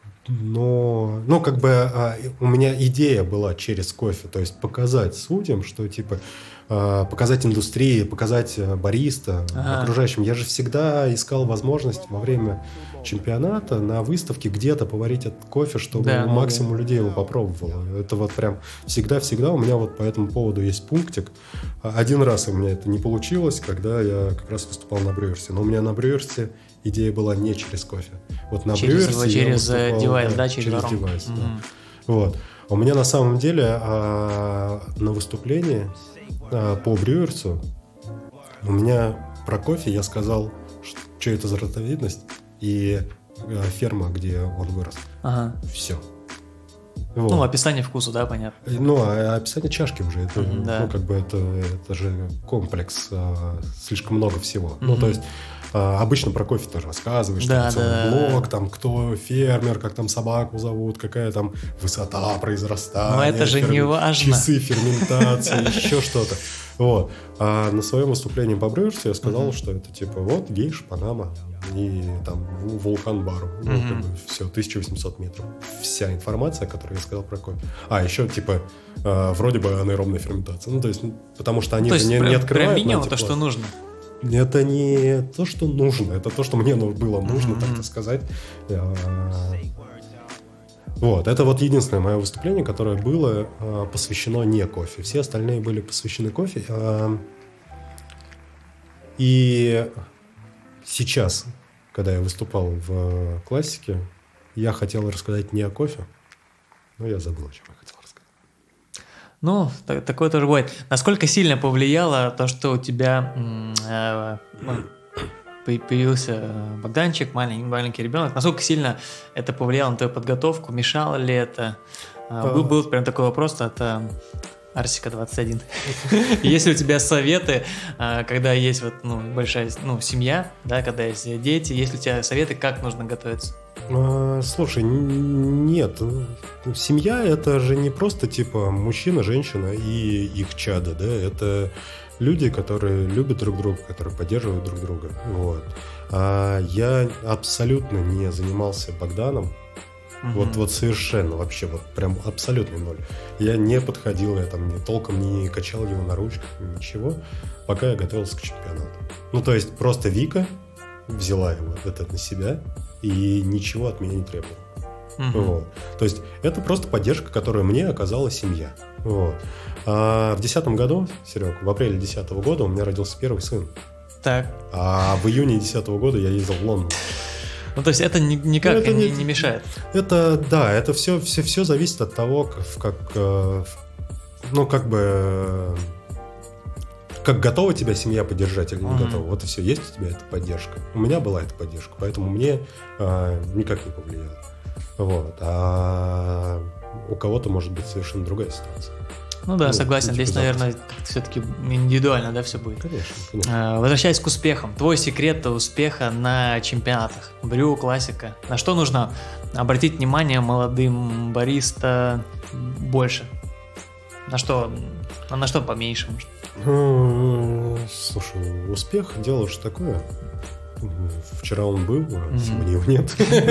но, ну, как бы у меня идея была через кофе, то есть показать судьям, что, типа, показать индустрии, показать бариста окружающим. Я же всегда искал возможность во время чемпионата на выставке где-то поварить этот кофе, чтобы максимум людей его попробовало. Это вот прям всегда-всегда у меня вот по этому поводу есть пунктик. Один раз у меня это не получилось, когда я как раз выступал на Брюерсе. Но у меня на Брюерсе идея была не через кофе. Вот на Брюерсе
через девайс, да?
Через девайс, да. Вот. У меня на самом деле на выступлении по Брюерсу у меня про кофе я сказал, что это за ротовидность и ферма, где он вырос. Все. Вот.
Ну, описание вкуса, да, понятно.
Ну, а описание чашки уже, это, ну, как бы это же комплекс, слишком много всего. Ну, то есть обычно про кофе ты рассказываешь, блог, там, кто фермер, как там собаку зовут, какая там высота произрастания.
Но это же не важно.
Часы ферментации, еще что-то. Вот. А на своем выступлении по Брюерсу я сказал, что это типа вот Гейш, Панама и там Вулкан Бару. Ну, как бы все, 1800 метров. Вся информация, которую я сказал про кофе. А, еще типа вроде бы анаэробная ферментация. Ну, то есть, потому что они не открывают.
Прям минимум то, что нужно.
Это не то, что нужно, это то, что мне было нужно, так сказать. Вот, это вот единственное мое выступление, которое было посвящено не кофе. Все остальные были посвящены кофе. И сейчас, когда я выступал в классике, я хотел рассказать не о кофе, но я забыл, о чем я хотел рассказать.
Ну, такое тоже бывает. Насколько сильно повлияло то, что у тебя появился Богданчик, маленький ребенок? Насколько сильно это повлияло на твою подготовку? Мешало ли это? Был прям такой вопрос от Арсика 21. Есть ли у тебя советы, когда есть вот, большая семья, да, когда есть дети, есть ли у тебя советы, как нужно готовиться?
Слушай, нет. Семья — это же не просто типа мужчина, женщина и их чадо, да, это люди, которые любят друг друга, которые поддерживают друг друга. Вот. Я абсолютно не занимался Богданом. Вот совершенно, вообще, вот прям абсолютный ноль. Я не подходил, я там толком не качал его на ручках, ничего, пока я готовился к чемпионату. Ну, то есть просто Вика взяла его это на себя и ничего от меня не требовала. Вот. То есть это просто поддержка, которую мне оказала семья. Вот. А в 2010 году, Серег, в апреле 2010 года у меня родился первый сын.
Так.
А в июне 2010 года я ездил в Лондон.
Ну, то есть это никак это не мешает?
Это, да, это все зависит от того, как готова тебя семья поддержать или не готова. Вот и все, есть у тебя эта поддержка. У меня была эта поддержка, поэтому мне никак не повлияло. Вот. А у кого-то может быть совершенно другая ситуация.
Ну да, согласен. Здесь, наверное, все-таки индивидуально, да, все будет.
Конечно.
Возвращаясь к успехам. Твой секрет успеха на чемпионатах. Брю, классика. На что нужно обратить внимание молодым бариста больше? На что поменьше, может?
Слушай, успех – дело же такое. Вчера он был, а сегодня его нет.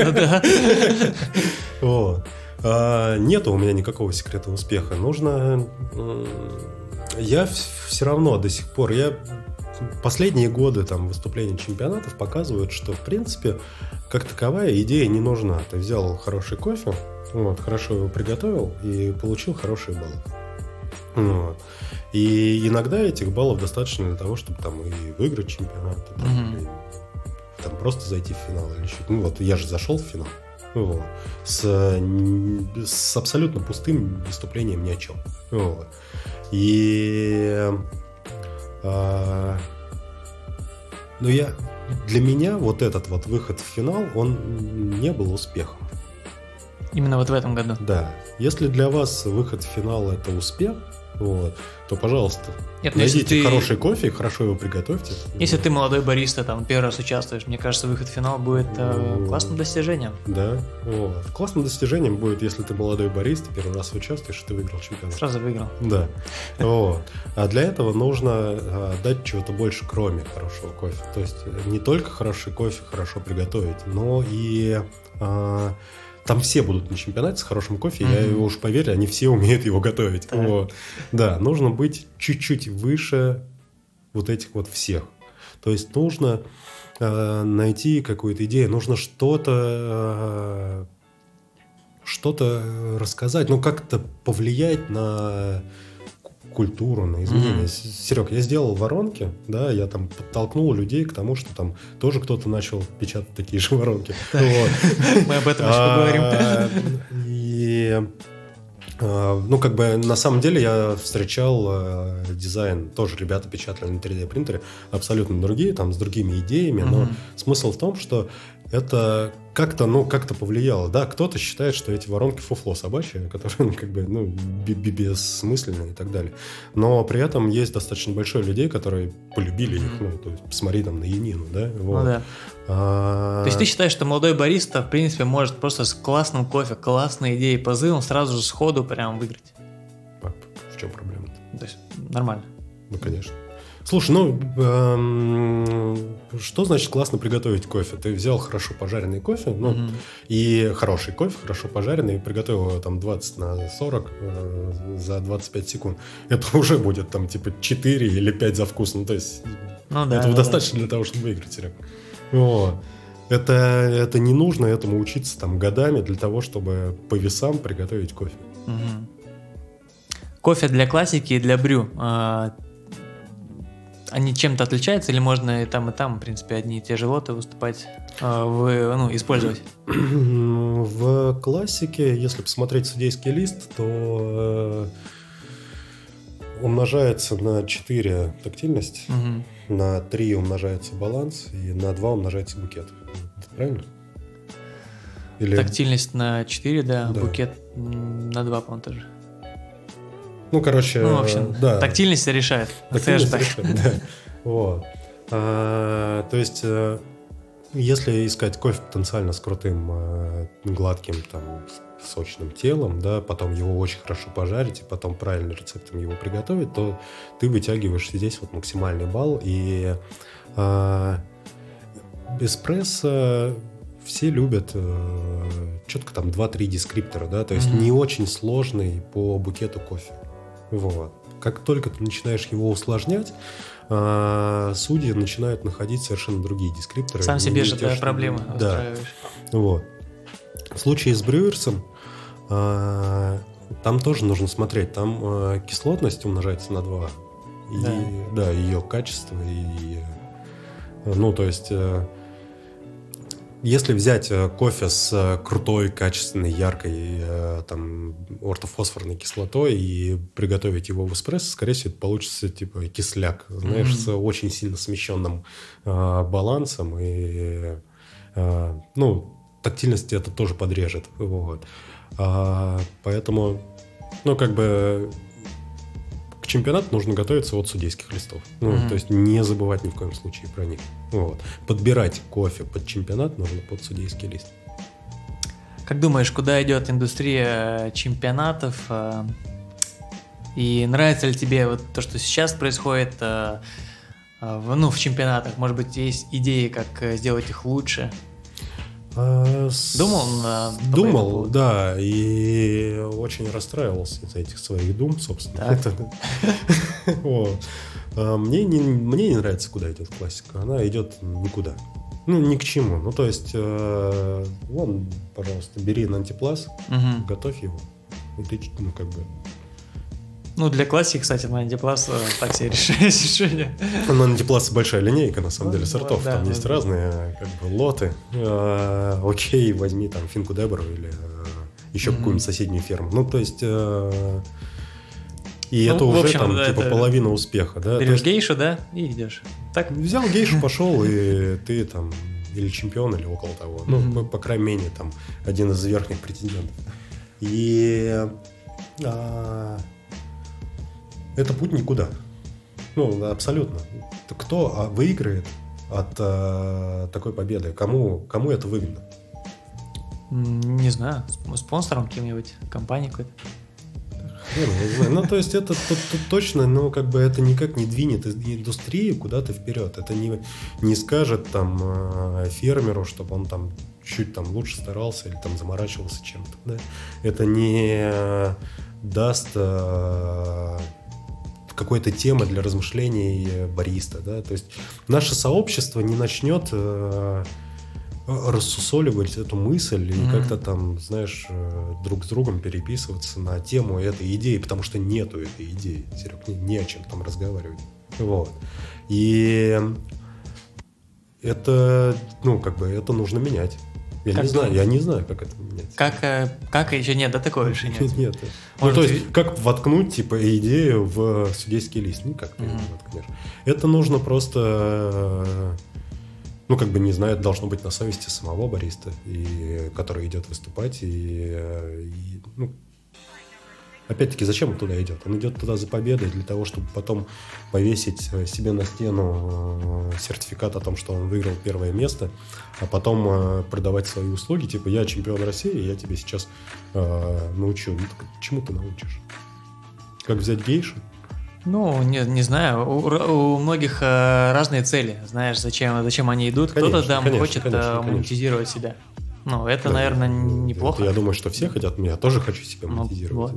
Нет у меня никакого секрета успеха. Нужно... Я все равно до сих пор... Последние годы там, выступления чемпионатов показывают, что, в принципе, как таковая идея не нужна. Ты взял хороший кофе, хорошо его приготовил и получил хорошие баллы. И иногда этих баллов достаточно для того, чтобы там и выиграть чемпионат, или там просто зайти в финал или что-то. Я же зашел в финал с абсолютно пустым выступлением ни о чем. Но для меня вот этот вот выход в финал, он не был успехом.
Именно вот в этом году?
Да. Если для вас выход в финал – это успех, то, пожалуйста, найдите хороший кофе и хорошо его приготовьте.
Если ты молодой бариста, там первый раз участвуешь, мне кажется, выход в финал будет классным достижением.
Да. Классным достижением будет, если ты молодой бариста, первый раз участвуешь, и ты выиграл чемпионат.
Сразу выиграл.
Да. А для этого нужно дать чего-то больше, кроме хорошего кофе. То есть не только хороший кофе хорошо приготовить, но и... Там все будут на чемпионате с хорошим кофе, я уж поверь, они все умеют его готовить. Да, нужно быть чуть-чуть выше вот этих вот всех. То есть нужно найти какую-то идею, нужно что-то рассказать, как-то повлиять на культуру, на изменения. Серег, я сделал воронки, да, я там подтолкнул людей к тому, что там тоже кто-то начал печатать такие же воронки.
Мы об этом еще поговорим.
И на самом деле я встречал дизайн, тоже ребята печатали на 3D принтере, абсолютно другие, там с другими идеями, но смысл в том, что это как-то повлияло. Да, кто-то считает, что эти воронки фуфло собачье, которые бессмысленные и так далее. Но при этом есть достаточно большое людей, которые полюбили их. То есть посмотри там на Янину, да?
Да. То есть ты считаешь, что молодой бариста, в принципе, может просто с классным кофе, классной идеей, позывом сразу же сходу прям выиграть?
В чем проблема-то?
То есть нормально.
Конечно. Слушай, что значит классно приготовить кофе? Ты взял хорошо пожаренный кофе, и хороший кофе, хорошо пожаренный, и приготовил его там 20 на 40 за 25 секунд. Это уже будет там типа 4 или 5 за вкус. То есть этого достаточно для того, чтобы выиграть, Серег. Это не нужно этому учиться там годами для того, чтобы по весам приготовить кофе.
Кофе для классики и для брю. Они чем-то отличаются или можно и там, в принципе, одни и те же лоты выступать, использовать?
В классике, если посмотреть судейский лист, то умножается на 4 тактильность, на 3 умножается баланс и на 2 умножается букет. Правильно?
Тактильность на 4, да, букет на 2, по-моему, тоже.
В общем,
да. Тактильность решает.
Тактильность решает, да. То есть, если искать кофе потенциально с крутым, гладким, там, сочным телом, да, потом его очень хорошо пожарить и потом правильным рецептом его приготовить, то ты вытягиваешь здесь вот максимальный балл. И эспрессо все любят четко там 2-3 дескриптора, да, то есть не очень сложный по букету кофе. Как только ты начинаешь его усложнять, судьи начинают находить совершенно другие дескрипторы.
Сам себе же проблемы устраиваешь.
В случае с брюерсом там тоже нужно смотреть. Там кислотность умножается на 2. И, ее качество. То есть... Если взять кофе с крутой, качественной, яркой ортофосфорной кислотой и приготовить его в эспрессо, скорее всего, это получится типа кисляк, знаешь, с очень сильно смещенным балансом. И тактильность это тоже подрежет. Поэтому, к чемпионату нужно готовиться от судейских листов. То есть не забывать ни в коем случае про них. Подбирать кофе под чемпионат нужно под судейский лист.
Как думаешь, куда идет индустрия чемпионатов? И нравится ли тебе вот то, что сейчас происходит в чемпионатах? Может быть, есть идеи, как сделать их лучше? Думал по этому поводу?
Да, и очень расстраивался из-за этих своих дум, собственно. Вот. Мне не нравится, куда идет классика. Она идет никуда. Ни к чему. Ну, то есть, вон, пожалуйста, бери Нантиплас, готовь его. И ты, как бы...
Ну, для классики, кстати, Нантиплас так себе решение.
Нантиплас большая линейка, на самом деле, сортов.
Да,
там есть разные, как бы, лоты. Окей, возьми там Финку Дебору или еще какую-нибудь соседнюю ферму. Ну, то есть... И это уже
общем,
там,
да,
типа, половина успеха, да?
Берешь гейшу, да, и идешь. Так?
Взял гейшу, пошел, и ты там или чемпион, или около того. Ну, по крайней мере, там, один из верхних претендентов. И это путь никуда. Ну, абсолютно. Кто выиграет от такой победы? Кому это выгодно?
Не знаю, спонсором каким-нибудь, компанией какой-то.
Не знаю. Ну, то есть это точно, ну, как бы это никак не двинет индустрию куда-то вперед. Это не скажет там фермеру, чтобы он там чуть там лучше старался или там заморачивался чем-то. Да? Это не даст какой-то темы для размышлений бариста. Да? То есть наше сообщество не начнет рассусоливать эту мысль и как-то там, знаешь, друг с другом переписываться на тему этой идеи, потому что нету этой идеи, Серег, не о чем там разговаривать. Вот. И это, ну, как бы, это нужно менять. Я не знаю, как это менять.
Как еще нет, да, такого решения?
Нет. Ну, то есть, как воткнуть, типа, идею в судейский лист? Никак ты не воткнешь. Это нужно просто... Ну, как бы, не знаю, это должно быть на совести самого бариста, который идет выступать. Ну, опять-таки, зачем он туда идет? Он идет туда за победой, для того, чтобы потом повесить себе на стену сертификат о том, что он выиграл первое место, а потом продавать свои услуги. Типа, я чемпион России, я тебе сейчас научу. Ну, так чему ты научишь? Как взять гейшу?
Ну, не знаю, у многих разные цели, знаешь, зачем они идут. Кто-то там хочет монетизировать себя. Ну, это, наверное, неплохо.
Я думаю, что все хотят, я тоже хочу себя монетизировать.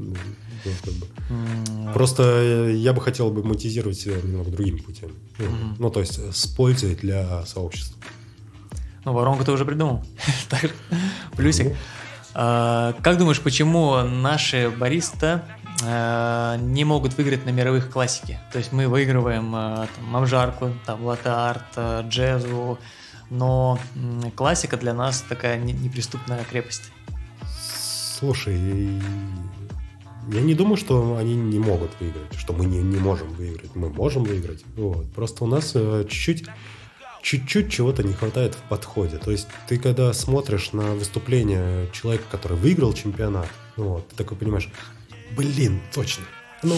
Просто я бы хотел монетизировать себя немного другими путями. Ну, то есть с пользой для сообщества.
Ну, воронку ты уже придумал. Плюсик. Как думаешь, почему наши бариста не могут выиграть на мировых классике? То есть мы выигрываем там, обжарку, там, латте-арт, джезу, но классика для нас такая неприступная крепость.
Слушай, я не думаю, что они не могут выиграть, что мы не можем выиграть. Мы можем выиграть. Вот. Просто у нас чуть-чуть чего-то не хватает в подходе. То есть ты когда смотришь на выступление человека, который выиграл чемпионат, вот, ты такой понимаешь, блин, точно. Ну,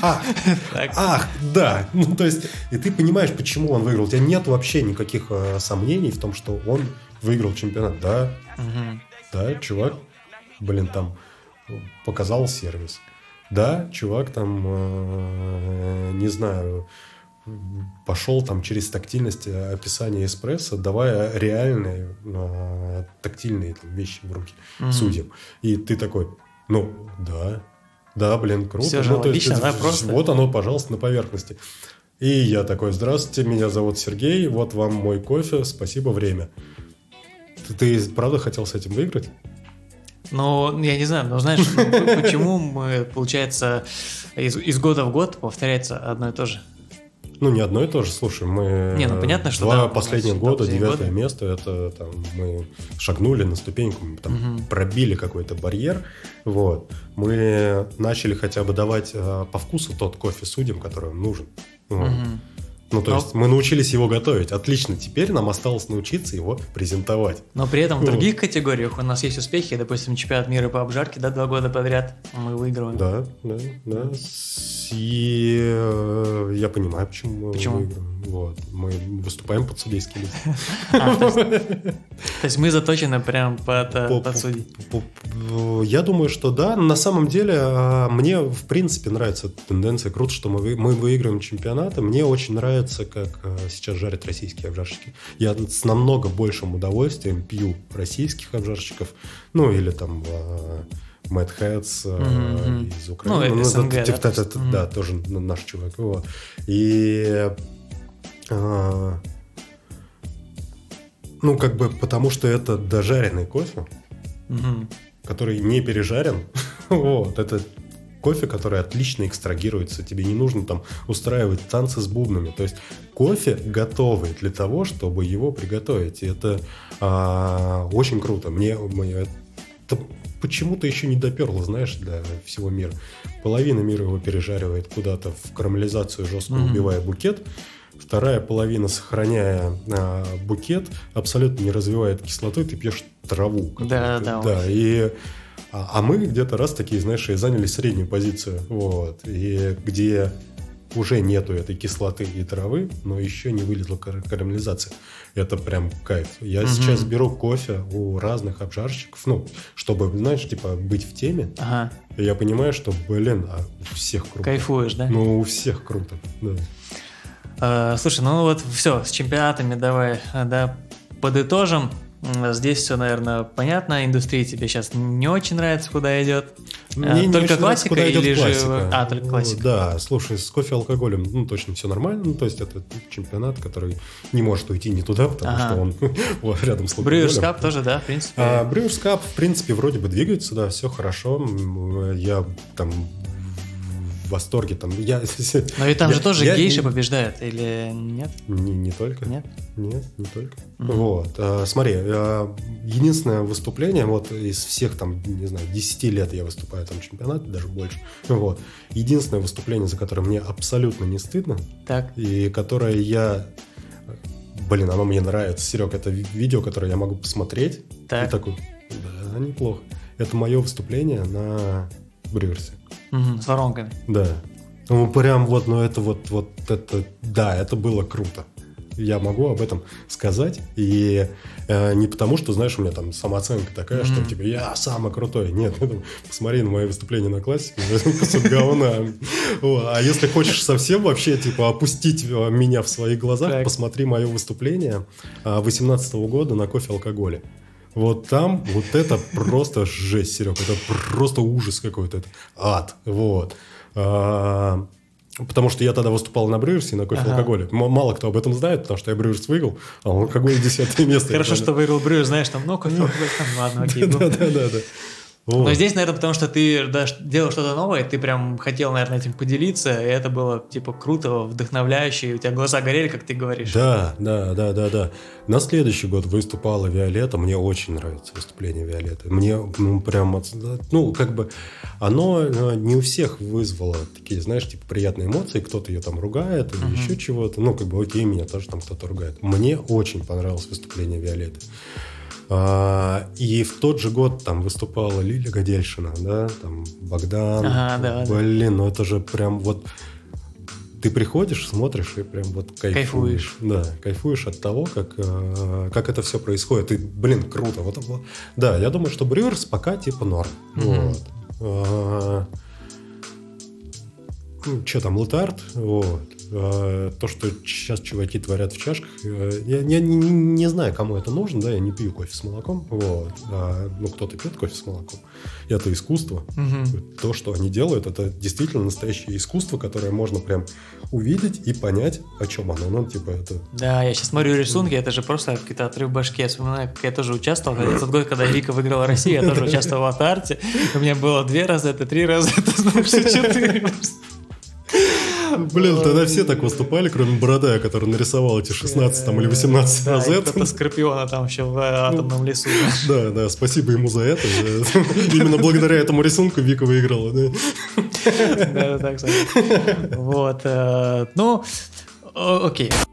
да. Ну, то есть, и ты понимаешь, почему он выиграл. У тебя нет вообще никаких сомнений в том, что он выиграл чемпионат. Да, да, чувак, блин, там показал сервис. Да, чувак там, не знаю, пошел там через тактильность описания эспрессо, давая реальные тактильные там, вещи в руки судьям. И ты такой, ну, да, блин, круто.
Все же логично, да, просто.
Вот оно, пожалуйста, на поверхности. И я такой, здравствуйте, меня зовут Сергей, вот вам мой кофе, спасибо, время. Ты правда хотел с этим выиграть?
Ну, я не знаю, но знаешь, почему мы, получается, из года в год повторяется одно и то же?
Ну, не одно и то же, слушай, мы
понятно, что
два последних года, 9 место, это там мы шагнули на ступеньку, мы там пробили какой-то барьер, вот, мы начали хотя бы давать по вкусу тот кофе судьям, который им нужен, вот. Ну, то есть мы научились его готовить. Отлично, теперь нам осталось научиться его презентовать.
Но при этом в других категориях у нас есть успехи. Допустим, чемпионат мира по обжарке, да, 2 года подряд мы выигрываем.
Да. И я понимаю, почему мы выигрываем. Вот. Мы выступаем под судейским.
То есть мы заточены прям под судей.
Я думаю, что да. На самом деле, мне в принципе нравится эта тенденция. Круто, что мы выигрываем чемпионаты. Мне очень нравится, как сейчас жарят российские обжарщики. Я с намного большим удовольствием пью российских обжарщиков. Ну, или там Mad Heads из Украины.
Ну, СНГ,
да, тоже наш чувак. Вот. И ну, как бы, потому что это дожаренный кофе, который не пережарен. Вот, это кофе, который отлично экстрагируется. Тебе не нужно там устраивать танцы с бубнами. То есть кофе готовый для того, чтобы его приготовить. И это очень круто. Мне это почему-то еще не доперло, знаешь, для всего мира. Половина мира его пережаривает куда-то в карамелизацию жесткую, убивая букет. Вторая половина, сохраняя букет, абсолютно не развивает кислоту, и ты пьешь траву. Да. А мы где-то раз такие, знаешь, и заняли среднюю позицию. Вот. И где уже нету этой кислоты и травы, но еще не вылезла карамелизация. Это прям кайф. Я сейчас беру кофе у разных обжарщиков, ну, чтобы, знаешь, типа быть в теме. И я понимаю, что, у всех круто.
Кайфуешь, да?
Ну, у всех круто, да.
Слушай, ну вот все, с чемпионатами давай, да, подытожим. Здесь все, наверное, понятно. Индустрия тебе сейчас не очень нравится, куда идет. Только классика или же... Только классика.
Да, слушай, с кофе и алкоголем, точно все нормально. Ну, то есть это чемпионат, который не может уйти не туда, потому что он рядом с алкоголем.
Brewers Cup тоже, да, в принципе?
Brewers Cup, в принципе, вроде бы двигается, да, все хорошо. Я там в восторге. Там,
но и там же тоже гейша побеждает, или нет?
Не только.
Нет?
Нет, не только. Вот. Смотри, единственное выступление, вот из всех там, не знаю, 10 лет я выступаю там чемпионат, даже больше. Вот. Единственное выступление, за которое мне абсолютно не стыдно, и которое оно мне нравится. Серег, это видео, которое я могу посмотреть. И такой, да, неплохо. Это мое выступление на Брюерсе.
С воронками.
Да. Ну, прям это было круто. Я могу об этом сказать. И не потому, что, знаешь, у меня там самооценка такая, что типа я самый крутой. Нет, посмотри на мои выступления на классике, кусок говна. А если хочешь совсем вообще типа опустить меня в своих глазах, посмотри мое выступление 2018 года на кофе алкоголе. Вот там, вот это просто жесть, Серег, это просто ужас какой-то, это ад, вот. Потому что я тогда выступал на Брюерсе, на кофе алкоголе. Мало кто об этом знает, потому что я Брюерс выиграл, а он алкоголь 10-е место.
Хорошо, что выиграл Брюерс, знаешь, там, кофе алкоголь, ладно, окей.
Да. Вот.
Но здесь, наверное, потому что ты делал что-то новое, ты прям хотел, наверное, этим поделиться, и это было, типа, круто, вдохновляюще, и у тебя глаза горели, как ты говоришь.
Да. На следующий год выступала Виолетта, мне очень нравится выступление Виолетты. Мне, оно не у всех вызвало такие, знаешь, типа, приятные эмоции, кто-то ее там ругает или еще чего-то, окей, меня тоже там кто-то ругает. Мне очень понравилось выступление Виолетты. И в тот же год там выступала Лиля Гадельшина, да, там Богдан. Ну это же прям вот ты приходишь, смотришь и прям вот кайфуешь. Да, кайфуешь от того, как это все происходит. И, круто. Вот. Да, я думаю, что Брюерс пока типа норм. Вот. Что там, Лутард? Вот. То, что сейчас чуваки творят в чашках, я не знаю, кому это нужно, да, я не пью кофе с молоком, вот. Кто-то пьет кофе с молоком. Это искусство. То, что они делают, это действительно настоящее искусство, которое можно прям увидеть и понять, о чем оно. Это...
Да, я сейчас смотрю рисунки, это же просто какой-то отрыв башки. Я вспоминаю, как я тоже участвовал. В тот год, когда Вика выиграла Россию, я тоже участвовал в авто-арте. У меня было 2 раза, 3 раза, значит 4.
Тогда все так выступали, кроме Бородая, который нарисовал эти 16 или 18 розет.
Это Скорпиона там еще в атомном лесу.
Да, спасибо ему за это. Именно благодаря этому рисунку Вика выиграла.
Да, так, кстати. Вот. Окей.